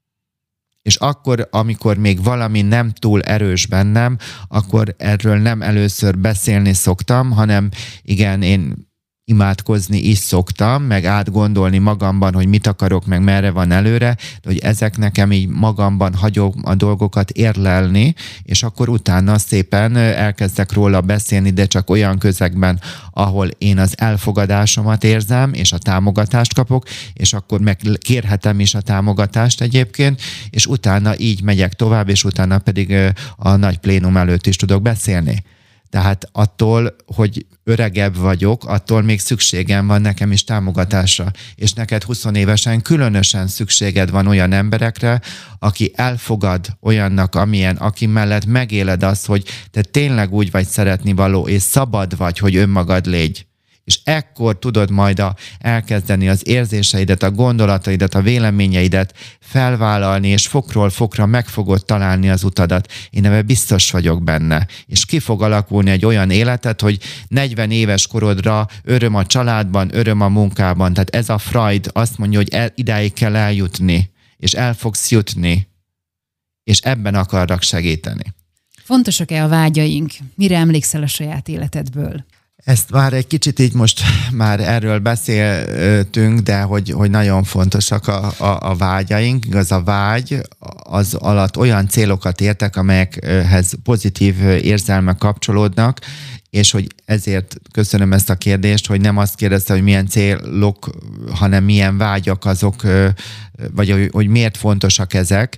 És akkor, amikor még valami nem túl erős bennem, akkor erről nem először beszélni szoktam, hanem igen, én imádkozni is szoktam, meg átgondolni magamban, hogy mit akarok, meg merre van előre, de hogy ezek nekem így magamban hagyom a dolgokat érlelni, és akkor utána szépen elkezdek róla beszélni, de csak olyan közegben, ahol én az elfogadásomat érzem, és a támogatást kapok, és akkor meg kérhetem is a támogatást egyébként, és utána így megyek tovább, és utána pedig a nagy plénum előtt is tudok beszélni. Tehát attól, hogy öregebb vagyok, attól még szükségem van nekem is támogatásra. És neked húsz évesen különösen szükséged van olyan emberekre, aki elfogad olyannak, amilyen, aki mellett megéled azt, hogy te tényleg úgy vagy szeretnivaló, és szabad vagy, hogy önmagad légy. És ekkor tudod majd a, elkezdeni az érzéseidet, a gondolataidat, a véleményeidet felvállalni, és fokról fokra meg fogod találni az utadat. Én ebben biztos vagyok benne. És ki fog alakulni egy olyan életet, hogy negyven éves korodra öröm a családban, öröm a munkában. Tehát ez a Freud azt mondja, hogy el, idáig kell eljutni, és el fogsz jutni, és ebben akarnak segíteni. Fontosak-e a vágyaink? Mire emlékszel a saját életedből? Ezt már egy kicsit így most már erről beszéltünk, de hogy, hogy nagyon fontosak a, a, a vágyaink. Igaz, a vágy az alatt olyan célokat értek, amelyekhez pozitív érzelmek kapcsolódnak, és hogy ezért köszönöm ezt a kérdést, hogy nem azt kérdezte, hogy milyen célok, hanem milyen vágyak azok, vagy hogy, hogy miért fontosak ezek.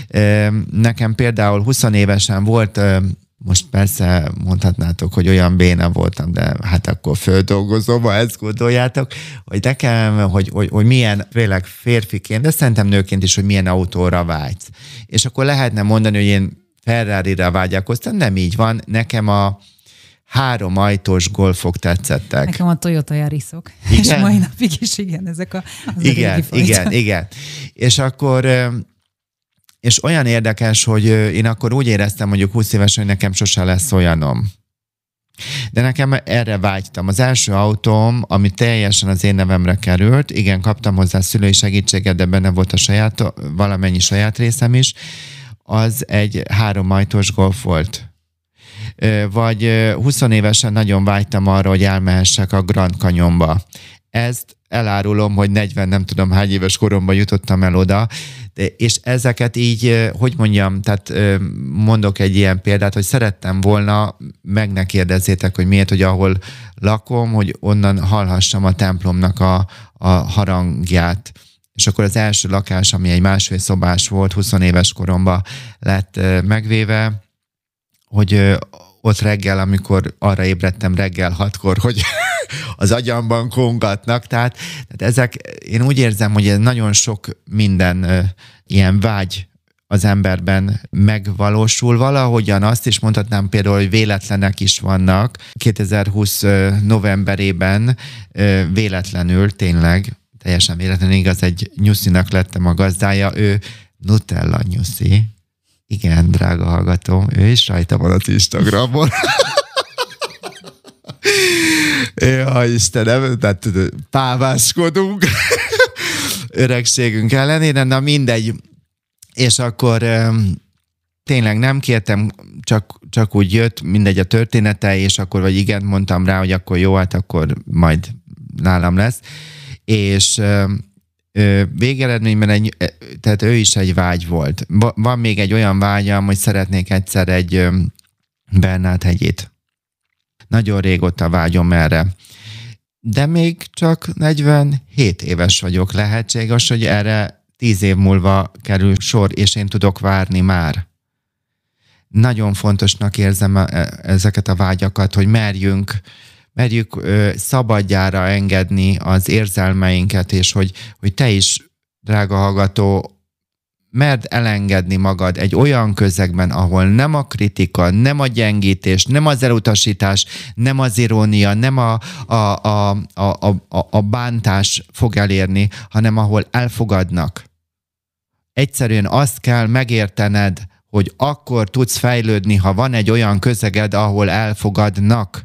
Nekem például húsz évesen volt, most persze mondhatnátok, hogy olyan béna voltam, de hát akkor földolgozom, ha ezt gondoljátok, hogy nekem, hogy, hogy, hogy milyen, főleg férfiként, de szerintem nőként is, hogy milyen autóra vágysz. És akkor lehetne mondani, hogy én Ferrari-ra vágyakoztam, nem így van. Nekem a három ajtós golfok tetszettek. Nekem a Toyota Yarisok. És mai napig is igen, ezek a, az igen, a régi fajta. Igen, igen. És akkor... És olyan érdekes, hogy én akkor úgy éreztem mondjuk húsz évesen, hogy nekem sose lesz olyanom. De nekem erre vágytam. Az első autóm, ami teljesen az én nevemre került, igen, kaptam hozzá szülői segítséget, de benne volt a saját, valamennyi saját részem is, az egy háromajtós Golf volt. Vagy húsz évesen nagyon vágytam arra, hogy elmehessek a Grand Canyonba. Ezt elárulom, hogy negyven nem tudom hány éves koromban jutottam el oda, de, és ezeket így, hogy mondjam, tehát mondok egy ilyen példát, hogy szerettem volna, meg ne kérdezzétek, hogy miért, hogy ahol lakom, hogy onnan hallhassam a templomnak a, a harangját. És akkor az első lakás, ami egy másfél szobás volt, húsz éves koromban lett megvéve, hogy ott reggel, amikor arra ébredtem reggel hatkor, hogy az agyamban kongatnak, tehát, tehát ezek, én úgy érzem, hogy ez nagyon sok minden ö, ilyen vágy az emberben megvalósul. Valahogyan azt is mondhatnám például, hogy véletlenek is vannak. kétezer-húsz ö, novemberében ö, véletlenül, tényleg, teljesen véletlenül, igaz, egy nyuszinak lettem a gazdája, ő Nutella nyuszi. Igen, drága hallgatóm, ő is rajta van az Instagramon. Ja, Istenem, tehát páváskodunk öregségünk ellenére, na mindegy. És akkor tényleg nem kértem, csak, csak úgy jött, mindegy a története, és akkor vagy igen, mondtam rá, hogy akkor jó, hát akkor majd nálam lesz. És végeredményben egy, tehát ő is egy vágy volt. Van még egy olyan vágyam, hogy szeretnék egyszer egy Bernát-hegyét. Nagyon régóta vágyom erre. De még csak negyvenhét éves vagyok. Lehetséges, hogy erre tíz év múlva kerül sor, és én tudok várni már. Nagyon fontosnak érzem ezeket a vágyakat, hogy merjünk, merjük ö, szabadjára engedni az érzelmeinket, és hogy, hogy te is, drága hallgató, merd elengedni magad egy olyan közegben, ahol nem a kritika, nem a gyengítés, nem az elutasítás, nem az irónia, nem a, a, a, a, a, a bántás fog elérni, hanem ahol elfogadnak. Egyszerűen azt kell megértened, hogy akkor tudsz fejlődni, ha van egy olyan közeged, ahol elfogadnak,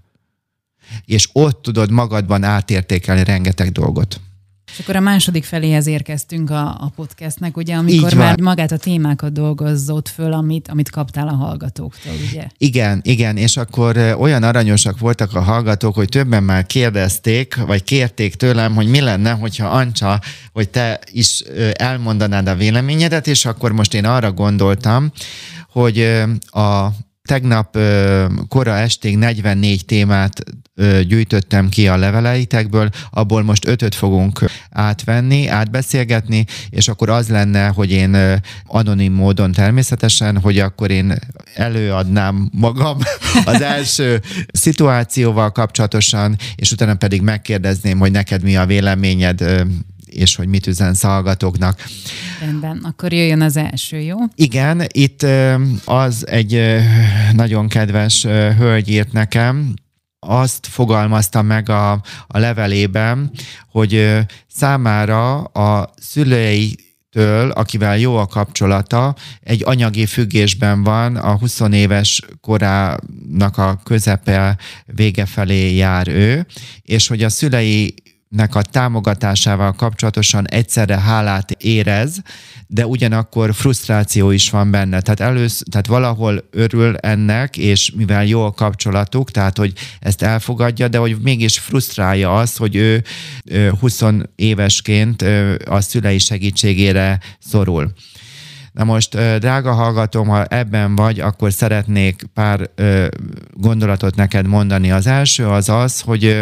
és ott tudod magadban átértékelni rengeteg dolgot. És akkor a második feléhez érkeztünk a, a podcastnek, ugye, amikor már magát a témákat dolgozott föl, amit, amit kaptál a hallgatóktól, ugye? Igen, igen, és akkor olyan aranyosak voltak a hallgatók, hogy többen már kérdezték, vagy kérték tőlem, hogy mi lenne, hogyha Ancsa, hogy te is elmondanád a véleményedet, és akkor most én arra gondoltam, hogy a tegnap kora estig negyvennégy témát gyűjtöttem ki a leveleitekből, abból most ötöt fogunk átvenni, átbeszélgetni, és akkor az lenne, hogy én anonim módon természetesen, hogy akkor én előadnám magam az első szituációval kapcsolatosan, és utána pedig megkérdezném, hogy neked mi a véleményed, és hogy mit üzensz a hallgatóknak. Rendben, akkor jöjjön az első, jó? Igen, itt az egy nagyon kedves hölgy írt nekem, azt fogalmazta meg a, a levelében, hogy számára a szüleitől, akivel jó a kapcsolata, egy anyagi függésben van, a húsz éves korának a közepe vége felé jár ő, és hogy a szülei nek a támogatásával kapcsolatosan egyszerre hálát érez, de ugyanakkor frusztráció is van benne. Tehát, elősz, tehát valahol örül ennek, és mivel jó a kapcsolatuk, tehát hogy ezt elfogadja, de hogy mégis frusztrálja azt, hogy ő húsz évesként a szülei segítségére szorul. Na most, drága hallgatom, ha ebben vagy, akkor szeretnék pár gondolatot neked mondani. Az első az az, hogy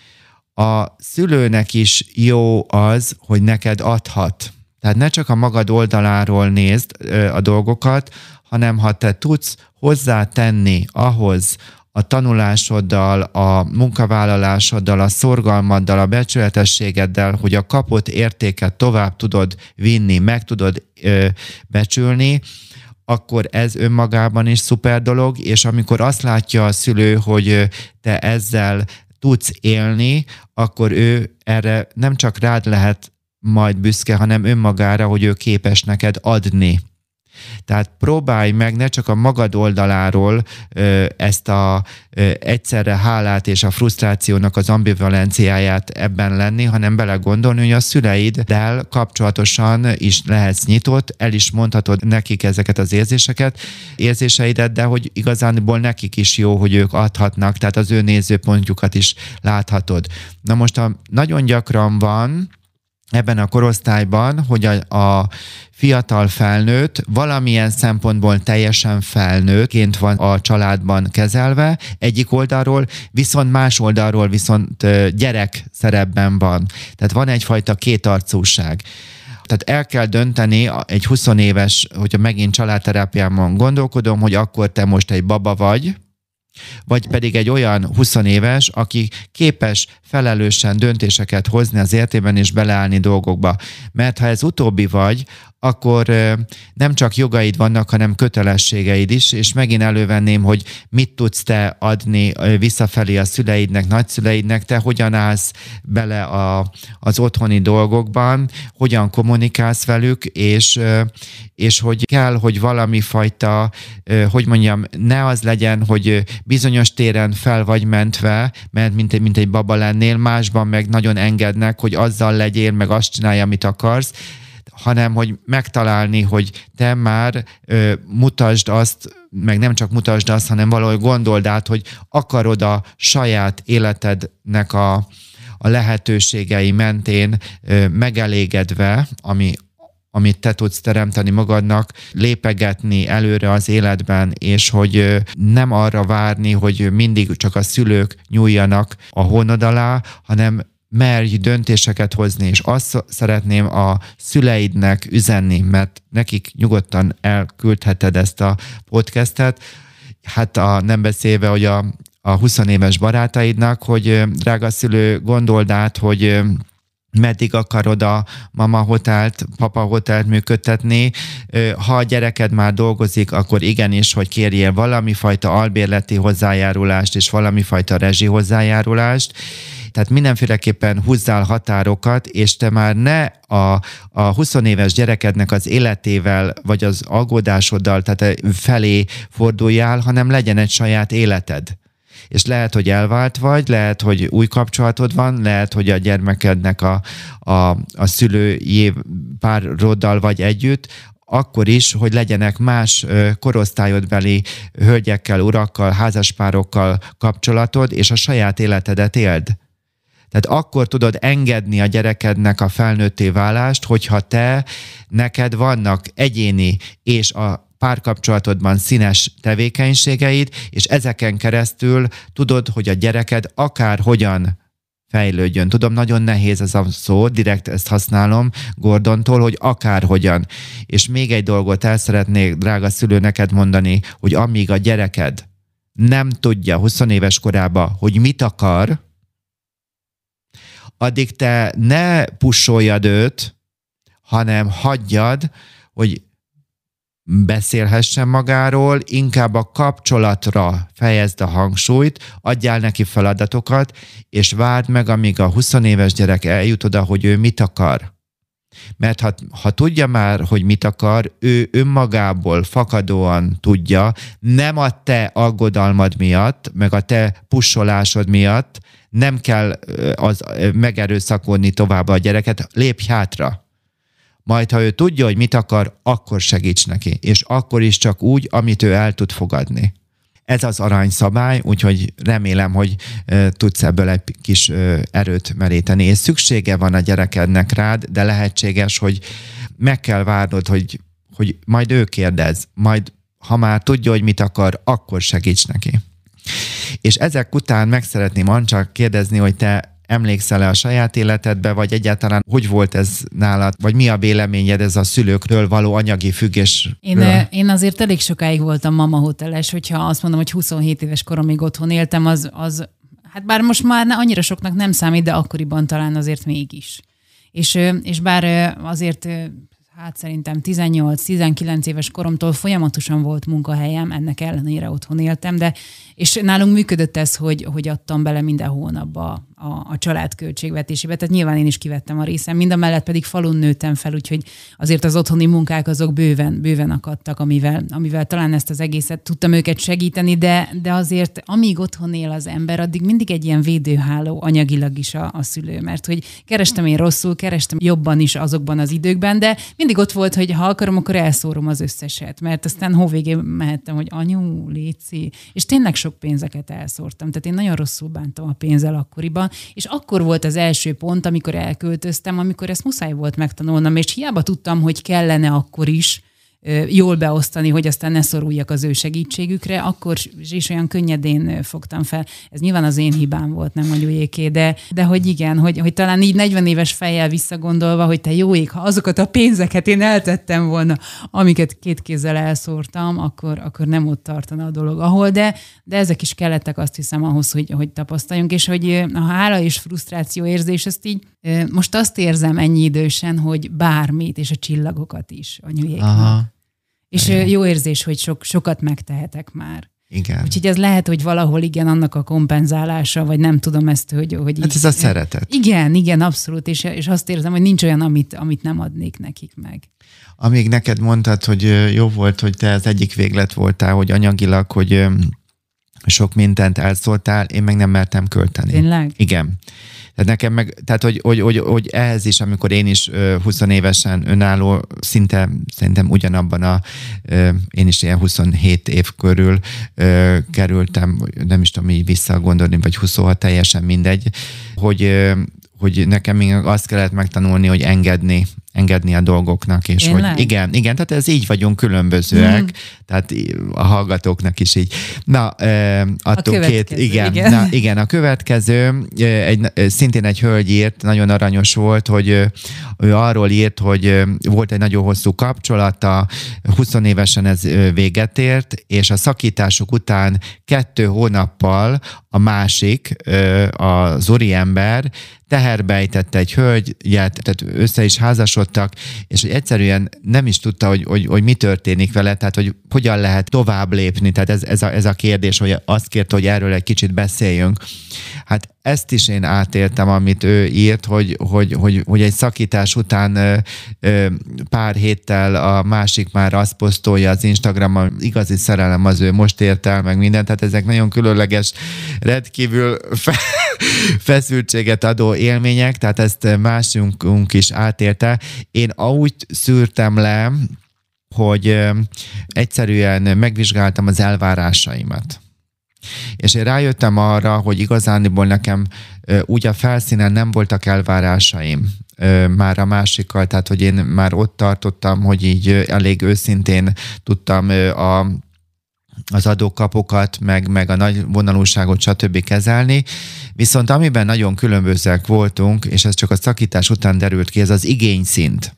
a szülőnek is jó az, hogy neked adhat. Tehát ne csak a magad oldaláról nézd a dolgokat, hanem ha te tudsz hozzátenni ahhoz a tanulásoddal, a munkavállalásoddal, a szorgalmaddal, a becsületességeddel, hogy a kapott értéket tovább tudod vinni, meg tudod ö, becsülni, akkor ez önmagában is szuper dolog, és amikor azt látja a szülő, hogy te ezzel tudsz élni, akkor ő erre nem csak rád lehet majd büszke, hanem önmagára, hogy ő képes neked adni. Tehát próbálj meg ne csak a magad oldaláról ö, ezt a ö, egyszerre hálát és a frusztrációnak az ambivalenciáját ebben lenni, hanem belegondolni, hogy a szüleiddel kapcsolatosan is lehetsz nyitott, el is mondhatod nekik ezeket az érzéseket, érzéseidet, de hogy igazából nekik is jó, hogy ők adhatnak, tehát az ő nézőpontjukat is láthatod. Na most a, nagyon gyakran van ebben a korosztályban, hogy a, a fiatal felnőtt valamilyen szempontból teljesen felnőttként van a családban kezelve, egyik oldalról, viszont más oldalról viszont gyerek szerepben van. Tehát van egyfajta kétarcúság. Tehát el kell dönteni egy húsz éves, hogyha megint családterápiában gondolkodom, hogy akkor te most egy baba vagy, vagy pedig egy olyan húsz éves, aki képes felelősen döntéseket hozni az életében és beleállni dolgokba. Mert ha ez utóbbi vagy, akkor nem csak jogaid vannak, hanem kötelességeid is, és megint elővenném, hogy mit tudsz te adni visszafelé a szüleidnek, nagyszüleidnek, te hogyan állsz bele a, az otthoni dolgokban, hogyan kommunikálsz velük, és, és hogy kell, hogy valami fajta, hogy mondjam, ne az legyen, hogy bizonyos téren fel vagy mentve, mert mint egy, mint egy baba lennél, másban meg nagyon engednek, hogy azzal legyél, meg azt csinálj, amit akarsz, hanem hogy megtalálni, hogy te már ö, mutasd azt, meg nem csak mutasd azt, hanem valahogy gondold át, hogy akarod a saját életednek a, a lehetőségei mentén ö, megelégedve, ami amit te tudsz teremteni magadnak, lépegetni előre az életben, és hogy nem arra várni, hogy mindig csak a szülők nyúljanak a hónod alá, hanem merj döntéseket hozni, és azt szeretném a szüleidnek üzenni, mert nekik nyugodtan elküldheted ezt a podcastet, hát a, nem beszélve, hogy a, a húsz éves barátaidnak, hogy drága szülő, gondold át, hogy meddig akarod a mama hotelt, papa hotelt működtetni. Ha a gyereked már dolgozik, akkor igenis, hogy kérjél valami fajta albérleti hozzájárulást és valami fajta rezsi hozzájárulást. Tehát mindenféleképpen húzzál határokat, és te már ne a, a húsz éves gyerekednek az életével, vagy az aggódásoddal tehát felé forduljál, hanem legyen egy saját életed. És lehet, hogy elvált vagy, lehet, hogy új kapcsolatod van, lehet, hogy a gyermekednek a, a, a szülői pároddal vagy együtt, akkor is, hogy legyenek más korosztályodbeli hölgyekkel, urakkal, házaspárokkal kapcsolatod, és a saját életedet éld. Tehát akkor tudod engedni a gyerekednek a felnőtté válást, hogyha te, neked vannak egyéni és a párkapcsolatodban színes tevékenységeid, és ezeken keresztül tudod, hogy a gyereked akárhogyan fejlődjön. Tudom, nagyon nehéz ez a szó, direkt ezt használom Gordontól, hogy akárhogyan. És még egy dolgot el szeretnék, drága szülő, neked mondani, hogy amíg a gyereked nem tudja húsz éves korában, hogy mit akar, addig te ne pusoljad őt, hanem hagyjad, hogy beszélhessen magáról, inkább a kapcsolatra fejezd a hangsúlyt, adjál neki feladatokat, és várd meg, amíg a húsz éves gyerek eljut oda, hogy ő mit akar. Mert ha, ha tudja már, hogy mit akar, ő önmagából fakadóan tudja, nem a te aggodalmad miatt, meg a te pusolásod miatt, nem kell az megerőszakolni tovább a gyereket, lépj hátra. Majd, ha ő tudja, hogy mit akar, akkor segíts neki. És akkor is csak úgy, amit ő el tud fogadni. Ez az aranyszabály, úgyhogy remélem, hogy e, tudsz ebből egy kis e, erőt meríteni. És szüksége van a gyerekednek rád, de lehetséges, hogy meg kell várnod, hogy, hogy majd ő kérdez. Majd, ha már tudja, hogy mit akar, akkor segíts neki. És ezek után meg szeretném Ancsa kérdezni, hogy te emlékszel-e a saját életedbe, vagy egyáltalán hogy volt ez nálad, vagy mi a véleményed ez a szülőkről való anyagi függésről? Én, én azért elég sokáig voltam mama hoteles, hogyha azt mondom, hogy huszonhét éves koromig otthon éltem, az, az hát bár most már annyira soknak nem számít, de akkoriban talán azért mégis. És, és bár azért hát szerintem tizennyolc-tizenkilenc éves koromtól folyamatosan volt munkahelyem, ennek ellenére otthon éltem, de és nálunk működött ez, hogy, hogy adtam bele minden hónapba a, a család költségvetésébe, tehát nyilván én is kivettem a részem, mind a mellett pedig falun nőttem fel, úgyhogy azért az otthoni munkák azok bőven, bőven akadtak, amivel, amivel talán ezt az egészet tudtam őket segíteni, de, de azért amíg otthon él az ember, addig mindig egy ilyen védőháló anyagilag is a, a szülő, mert hogy kerestem én rosszul, kerestem jobban is azokban az időkben, de mindig ott volt, hogy ha akarom, akkor elszórom az összeset, mert aztán hóvégén mehettem, hogy anyu, léci, és tényleg sok pénzeket elszórtam. Tehát én nagyon rosszul bántam a pénzzel akkoriban, és akkor volt az első pont, amikor elköltöztem, amikor ezt muszáj volt megtanulnom, és hiába tudtam, hogy kellene akkor is jól beosztani, hogy aztán ne szoruljak az ő segítségükre, akkor is olyan könnyedén fogtam fel. Ez nyilván az én hibám volt, nem mondjuk jéké, de, de hogy igen, hogy, hogy talán így negyven éves fejjel visszagondolva, hogy te jó ég, ha azokat a pénzeket én eltettem volna, amiket két kézzel elszórtam, akkor, akkor nem ott tartana a dolog, ahol, de, de ezek is kellettek, azt hiszem, ahhoz, hogy, hogy tapasztaljunk, és hogy a hála és frusztráció érzés, ezt így most azt érzem ennyi idősen, hogy bármit, és a csillagokat is anyujéknak. És igen. Jó érzés, hogy sok, sokat megtehetek már. Igen. Úgyhogy ez lehet, hogy valahol igen, annak a kompenzálása, vagy nem tudom ezt, hogy... hogy hát ez a szeretet. Igen, igen, abszolút, és, és azt érzem, hogy nincs olyan, amit, amit nem adnék nekik meg. Amíg neked mondtad, hogy jó volt, hogy te az egyik véglet voltál, hogy anyagilag, hogy sok mindent elszóltál, én meg nem mertem költeni. Tényleg? Igen. Tehát nekem meg, tehát hogy, hogy, hogy, hogy ehhez is, amikor én is húsz évesen önálló, szinte szerintem ugyanabban a, én is ilyen huszonhét év körül kerültem, nem is tudom így visszagondolni, vagy huszonhat, teljesen mindegy, hogy, hogy nekem még azt kellett megtanulni, hogy engedni, engedni a dolgoknak, és Tényleg? hogy igen, igen, tehát ez így vagyunk különbözőek, mm. tehát a hallgatóknak is így. Na, adtunk két, igen, igen. Na, igen, a következő, egy, szintén egy hölgy írt, nagyon aranyos volt, hogy ő arról írt, hogy volt egy nagyon hosszú kapcsolata, húsz évesen ez véget ért, és a szakításuk után kettő hónappal a másik, az úriember teherbe ejtette egy hölgyet, tehát össze is házasodtak, és hogy egyszerűen nem is tudta, hogy, hogy, hogy mi történik vele, tehát hogy hogyan lehet tovább lépni. Tehát ez, ez, a, ez a kérdés, hogy azt kérte, hogy erről egy kicsit beszéljünk. Hát ezt is én átéltem, amit ő írt, hogy, hogy, hogy, hogy egy szakítás után ö, ö, pár héttel a másik már azt posztolja az Instagramon, igazi szerelem az ő most ért el, meg mindent, tehát ezek nagyon különleges, rendkívül fe, feszültséget adó élmények, tehát ezt másunk is átélte. Én úgy szűrtem le, hogy ö, egyszerűen megvizsgáltam az elvárásaimat. És én rájöttem arra, hogy igazániból nekem úgy a felszínen nem voltak elvárásaim már a másikkal, tehát hogy én már ott tartottam, hogy így elég őszintén tudtam a, az adókapokat, meg, meg a nagy vonalúságot stb. Kezelni. Viszont amiben nagyon különbözőek voltunk, és ez csak a szakítás után derült ki, ez az igényszint.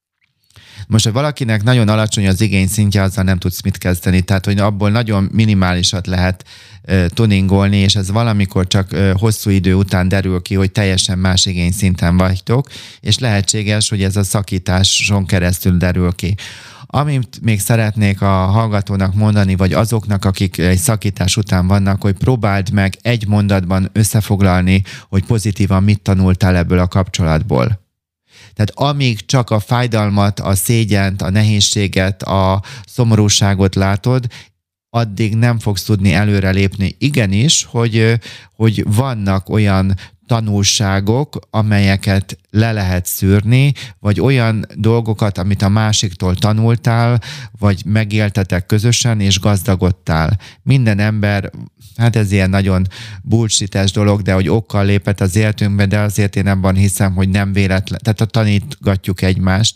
Most, ha valakinek nagyon alacsony az igényszintje, azzal nem tudsz mit kezdeni. Tehát, hogy abból nagyon minimálisat lehet uh, tuningolni, és ez valamikor csak uh, hosszú idő után derül ki, hogy teljesen más igényszinten vagytok, és lehetséges, hogy ez a szakításon keresztül derül ki. Amit még szeretnék a hallgatónak mondani, vagy azoknak, akik egy szakítás után vannak, hogy próbáld meg egy mondatban összefoglalni, hogy pozitívan mit tanultál ebből a kapcsolatból. Tehát amíg csak a fájdalmat, a szégyent, a nehézséget, a szomorúságot látod, addig nem fogsz tudni előrelépni. Igenis, hogy, hogy vannak olyan tanulságok, amelyeket le lehet szűrni, vagy olyan dolgokat, amit a másiktól tanultál, vagy megéltetek közösen, és gazdagodtál. Minden ember, hát ez ilyen nagyon bullshit-es dolog, de hogy okkal lépett az életünkbe, de azért én abban hiszem, hogy nem véletlen. Tehát tanítgatjuk egymást,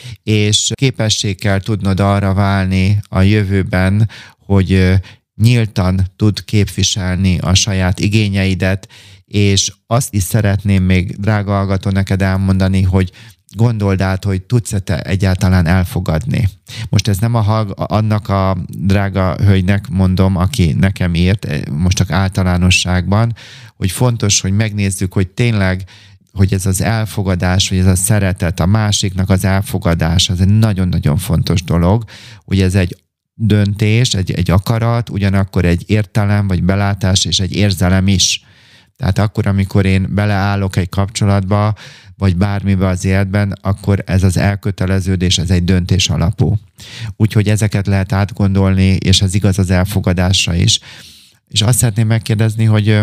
és képesség kell tudnod arra válni a jövőben, hogy nyíltan tud képviselni a saját igényeidet, és azt is szeretném még, drága hallgató, neked elmondani, hogy gondold át, hogy tudsz-e te egyáltalán elfogadni. Most ez nem a hallg- annak a drága hölgynek mondom, aki nekem írt, most csak általánosságban, hogy fontos, hogy megnézzük, hogy tényleg, hogy ez az elfogadás, vagy ez a szeretet, a másiknak az elfogadás, az egy nagyon-nagyon fontos dolog, hogy ez egy döntés, egy, egy akarat, ugyanakkor egy értelem, vagy belátás, és egy érzelem is. Tehát akkor, amikor én beleállok egy kapcsolatba, vagy bármibe az életben, akkor ez az elköteleződés, ez egy döntés alapú. Úgyhogy ezeket lehet átgondolni, és ez igaz az elfogadásra is. És azt szeretném megkérdezni, hogy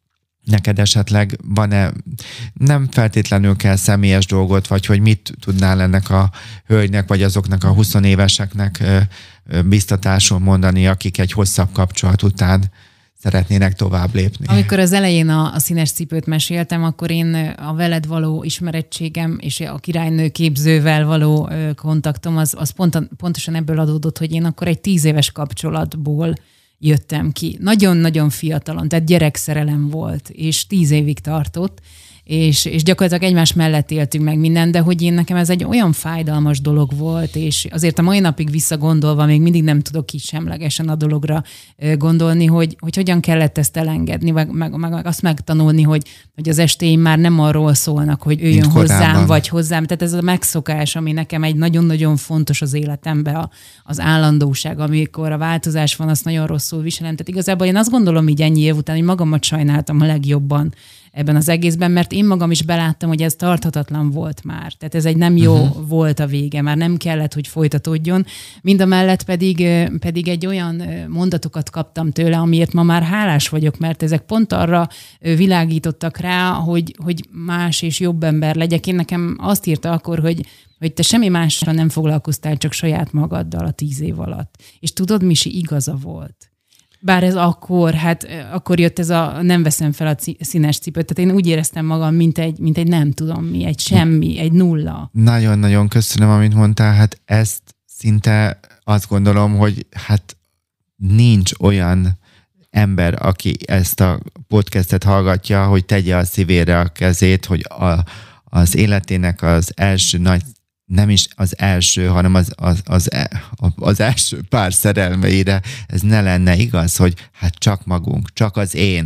neked esetleg van-e, nem feltétlenül kell személyes dolgot, vagy hogy mit tudnál ennek a hölgynek, vagy azoknak a huszonéveseknek biztatásul mondani, akik egy hosszabb kapcsolat után szeretnének tovább lépni. Amikor az elején a, a színes cipőt meséltem, akkor én a veled való ismerettségem és a királynő képzővel való kontaktom, az, az pont, pontosan ebből adódott, hogy én akkor egy tíz éves kapcsolatból jöttem ki. Nagyon-nagyon fiatalon, tehát gyerekszerelem volt, és tíz évig tartott, és, és gyakorlatilag egymás mellett éltünk meg minden, de hogy én nekem ez egy olyan fájdalmas dolog volt, és azért a mai napig visszagondolva még mindig nem tudok így semlegesen a dologra gondolni, hogy, hogy hogyan kellett ezt elengedni, meg, meg, meg azt megtanulni, hogy, hogy az estéim már nem arról szólnak, hogy ő jön hozzám, vagy hozzám. Tehát ez a megszokás, ami nekem egy nagyon-nagyon fontos az életemben, az állandóság, amikor a változás van, azt nagyon rosszul viselem. Tehát igazából én azt gondolom így ennyi év után, hogy magamat sajnáltam a legjobban ebben az egészben, mert én magam is beláttam, hogy ez tarthatatlan volt már. Tehát ez egy nem jó uh-huh. volt a vége, már nem kellett, hogy folytatódjon. Mindamellett pedig, pedig egy olyan mondatokat kaptam tőle, amiért ma már hálás vagyok, mert ezek pont arra világítottak rá, hogy, hogy más és jobb ember legyek. Én nekem azt írta akkor, hogy hogy te semmi mással nem foglalkoztál, csak saját magaddal a tíz év alatt. És tudod, Misi, igaza volt. Bár ez akkor, hát akkor jött ez a nem veszem fel a színes cipőt. Tehát én úgy éreztem magam, mint egy, mint egy nem tudom mi, egy semmi, egy nulla. Nagyon-nagyon köszönöm, amit mondtál. Hát ezt szinte azt gondolom, hogy hát nincs olyan ember, aki ezt a podcastet hallgatja, hogy tegye a szívére a kezét, hogy a, az életének az első nagy, nem is az első, hanem az, az, az, az első pár szerelmeire ez ne lenne igaz, hogy hát csak magunk, csak az én.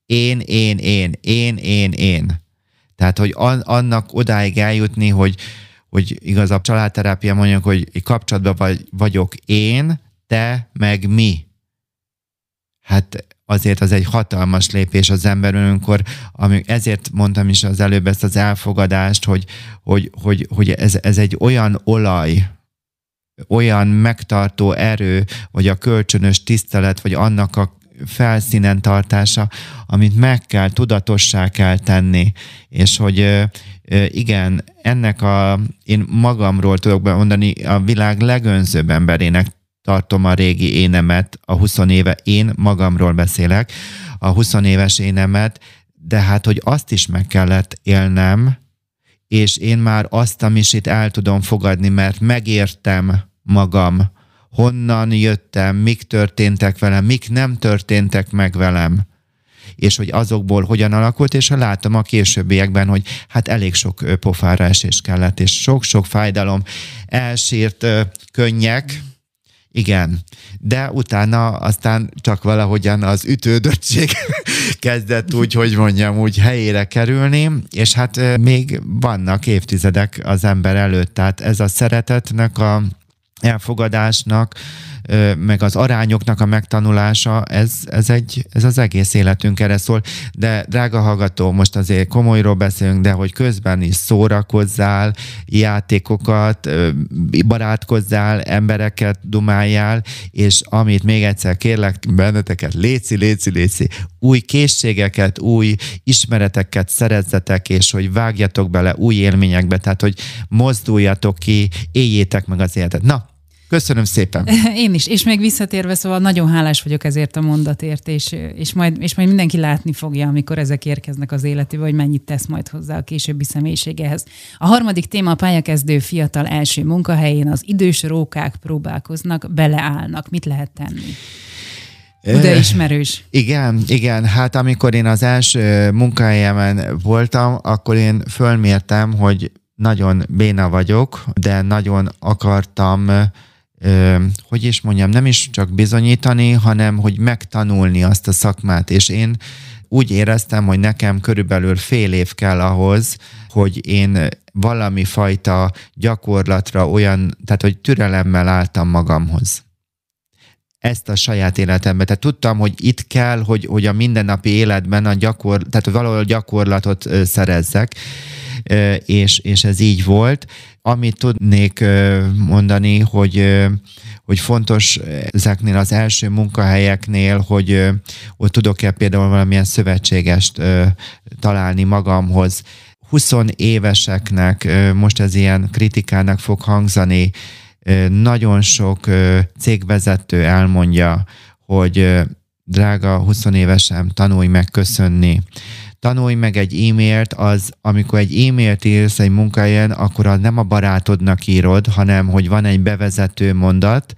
én, én, én, én, én, én. Tehát, hogy annak odáig eljutni, hogy, hogy igaz, a családterápia mondjuk, hogy kapcsolatban vagy, vagyok én, te, meg mi. Hát azért az egy hatalmas lépés az emberben, amikor, ezért mondtam is az előbb ezt az elfogadást, hogy, hogy, hogy, hogy ez, ez egy olyan olaj, olyan megtartó erő, vagy a kölcsönös tisztelet, vagy annak a felszínen tartása, amit meg kell, tudatossá kell tenni. És hogy igen, ennek a, én magamról tudok bemondani, a világ legönzőbb emberének tartom a régi énemet, a húsz éve, én magamról beszélek, a húsz éves énemet, de hát, hogy azt is meg kellett élnem, és én már azt a misit el tudom fogadni, mert megértem magam, honnan jöttem, mik történtek velem, mik nem történtek meg velem, és hogy azokból hogyan alakult, és ha látom a későbbiekben, hogy hát elég sok pofára esés kellett, és sok-sok fájdalom, elsírt könnyek, igen, de utána aztán csak valahogyan az ütődöttség kezdett úgy, hogy mondjam, úgy helyére kerülni, és hát még vannak évtizedek az ember előtt, tehát ez a szeretetnek, a elfogadásnak, meg az arányoknak a megtanulása, ez, ez, egy, ez az egész életünk erre szól. De drága hallgató, most azért komolyról beszélünk, de hogy közben is szórakozzál, játékokat, barátkozzál, embereket dumáljál, és amit még egyszer kérlek benneteket, léci, léci, léci, új készségeket, új ismereteket szerezzetek, és hogy vágjatok bele új élményekbe, tehát hogy mozduljatok ki, éljétek meg az életet. Na, köszönöm szépen. Én is, és még visszatérve, szóval nagyon hálás vagyok ezért a mondatért, és, és, majd, és majd mindenki látni fogja, amikor ezek érkeznek az életébe, hogy mennyit tesz majd hozzá a későbbi személyiségehez. A harmadik téma: a pályakezdő fiatal első munkahelyén az idős rókák próbálkoznak, beleállnak. Mit lehet tenni? De ismerős. Igen, igen. Hát amikor én az első munkahelyemen voltam, akkor én fölmértem, hogy nagyon béna vagyok, de nagyon akartam, hogy is mondjam, nem is csak bizonyítani, hanem hogy megtanulni azt a szakmát. És én úgy éreztem, hogy nekem körülbelül fél év kell ahhoz, hogy én valami fajta gyakorlatra olyan, tehát hogy türelemmel álltam magamhoz. Ezt a saját életemben. Tehát tudtam, hogy itt kell, hogy, hogy a mindennapi életben a gyakor, tehát valahol gyakorlatot szerezzek, és, és ez így volt. Amit tudnék mondani, hogy, hogy fontos ezeknél az első munkahelyeknél, hogy ott tudok-e például valamilyen szövetségest találni magamhoz. húsz éveseknek, most ez ilyen kritikának fog hangzani, nagyon sok cégvezető elmondja, hogy drága húsz évesem, tanulj meg köszönni. Tanulj meg egy e-mailt, az, amikor egy e-mailt írsz egy munkahelyen, akkor az nem a barátodnak írod, hanem hogy van egy bevezető mondat,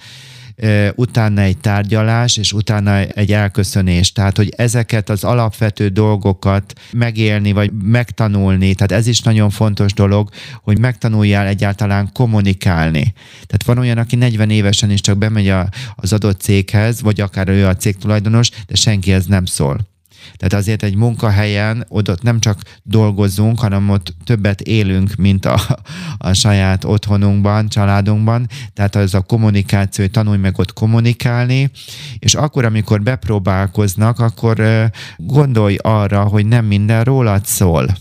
utána egy tárgyalás, és utána egy elköszönés. Tehát, hogy ezeket az alapvető dolgokat megélni, vagy megtanulni, tehát ez is nagyon fontos dolog, hogy megtanuljál egyáltalán kommunikálni. Tehát van olyan, aki negyven évesen is csak bemegy a, az adott céghez, vagy akár ő a cégtulajdonos, de senkihez nem szól. Tehát azért egy munkahelyen ott nem csak dolgozunk, hanem ott többet élünk, mint a, a saját otthonunkban, családunkban. Tehát az a kommunikáció, hogy tanulj meg ott kommunikálni, és akkor, amikor bepróbálkoznak, akkor gondolj arra, hogy nem minden rólad szól.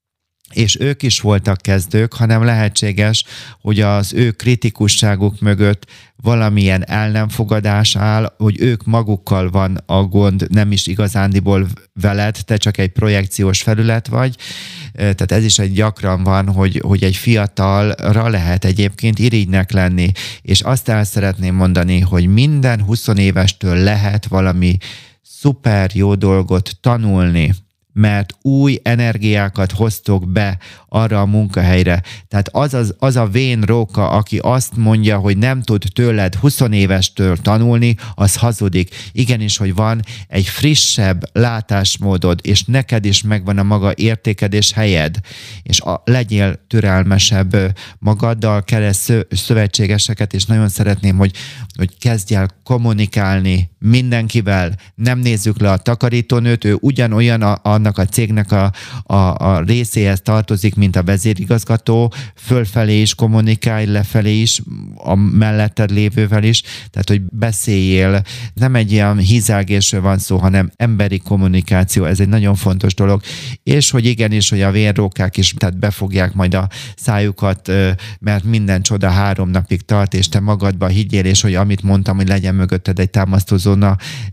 És ők is voltak kezdők, hanem lehetséges, hogy az ő kritikusságuk mögött valamilyen el nem fogadás áll, hogy ők magukkal van a gond, nem is igazándiból veled, te csak egy projekciós felület vagy. Tehát ez is egy gyakran van, hogy, hogy egy fiatalra lehet egyébként irigynek lenni. És azt el szeretném mondani, hogy minden húsz évestől lehet valami szuper jó dolgot tanulni, mert új energiákat hoztok be arra a munkahelyre. Tehát az, az, az a vén róka, aki azt mondja, hogy nem tud tőled húsz évestől tanulni, az hazudik. Igenis, hogy van egy frissebb látásmódod, és neked is megvan a maga értékedés helyed, és a, legyél türelmesebb magaddal, keresd szövetségeseket, és nagyon szeretném, hogy, hogy kezdj el kommunikálni mindenkivel, nem nézzük le a takarítónőt, ő ugyanolyan a, annak a cégnek a, a, a részéhez tartozik, mint a vezérigazgató, fölfelé is kommunikálj, lefelé is, a melletted lévővel is, tehát, hogy beszéljél, nem egy ilyen hízelgésről van szó, hanem emberi kommunikáció, ez egy nagyon fontos dolog, és hogy igenis, hogy a vérrókák is tehát befogják majd a szájukat, mert minden csoda három napig tart, és te magadba higgyél, és hogy amit mondtam, hogy legyen mögötted egy támasztózóna,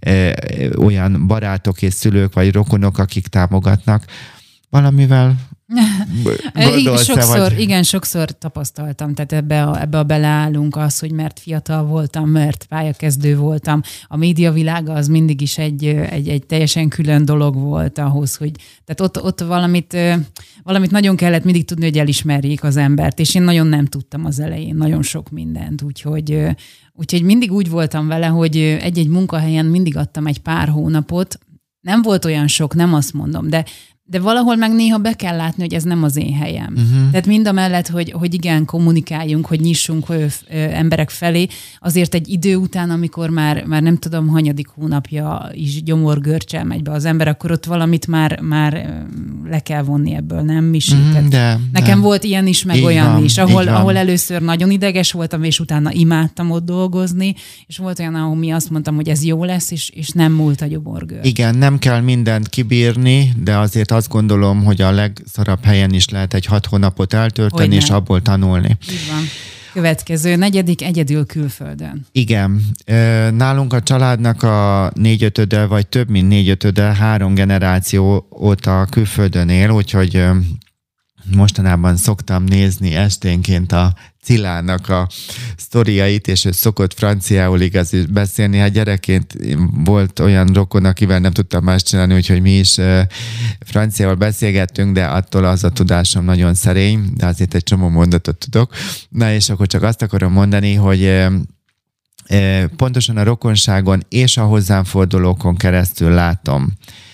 olyan barátok és szülők, vagy rokonok, akik támogatnak, valamivel igen, sokszor, vagy... igen, sokszor tapasztaltam, tehát ebbe a, ebbe a beleállunk az, hogy mert fiatal voltam, mert pályakezdő voltam. A médiavilága az mindig is egy, egy, egy teljesen külön dolog volt ahhoz, hogy tehát ott, ott valamit, valamit nagyon kellett mindig tudni, hogy elismerjék az embert, és én nagyon nem tudtam az elején, nagyon sok mindent, úgyhogy, úgyhogy mindig úgy voltam vele, hogy egy-egy munkahelyen mindig adtam egy pár hónapot, nem volt olyan sok, nem azt mondom, de De valahol meg néha be kell látni, hogy ez nem az én helyem. Uh-huh. Tehát mind a mellett, hogy, hogy igen, kommunikáljunk, hogy nyissunk hogy, ö, emberek felé, azért egy idő után, amikor már, már nem tudom, hanyadik hónapja is gyomorgörcsel megy be az ember, akkor ott valamit már, már le kell vonni ebből, nem, Misi? Mm, de, nekem de. volt ilyen is, meg így olyan van, is, ahol, ahol először nagyon ideges voltam, és utána imádtam ott dolgozni, és volt olyan, ahol mi azt mondtam, hogy ez jó lesz, és, és nem múlt a gyomorgörcs. Igen, nem kell mindent kibírni, de azért azt gondolom, hogy a legszarabb helyen is lehet egy hat hónapot eltölteni, Hogyne. és abból tanulni. Így van. Következő, negyedik, egyedül külföldön. Igen. Nálunk a családnak a négyötöde, vagy több mint négyötöde, három generáció óta külföldön él, úgyhogy mostanában szoktam nézni esténként a Cilának a sztoriait, és ő szokott franciául igaz beszélni. Hát gyerekként volt olyan rokon, akivel nem tudtam más csinálni, úgyhogy mi is franciául beszélgettünk, de attól az a tudásom nagyon szerény, de azért egy csomó mondatot tudok. Na és akkor csak azt akarom mondani, hogy pontosan a rokonságon és a hozzám fordulókon keresztül látom,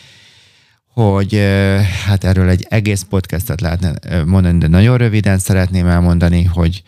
hogy hát erről egy egész podcastot lehetne mondani, de nagyon röviden szeretném elmondani, hogy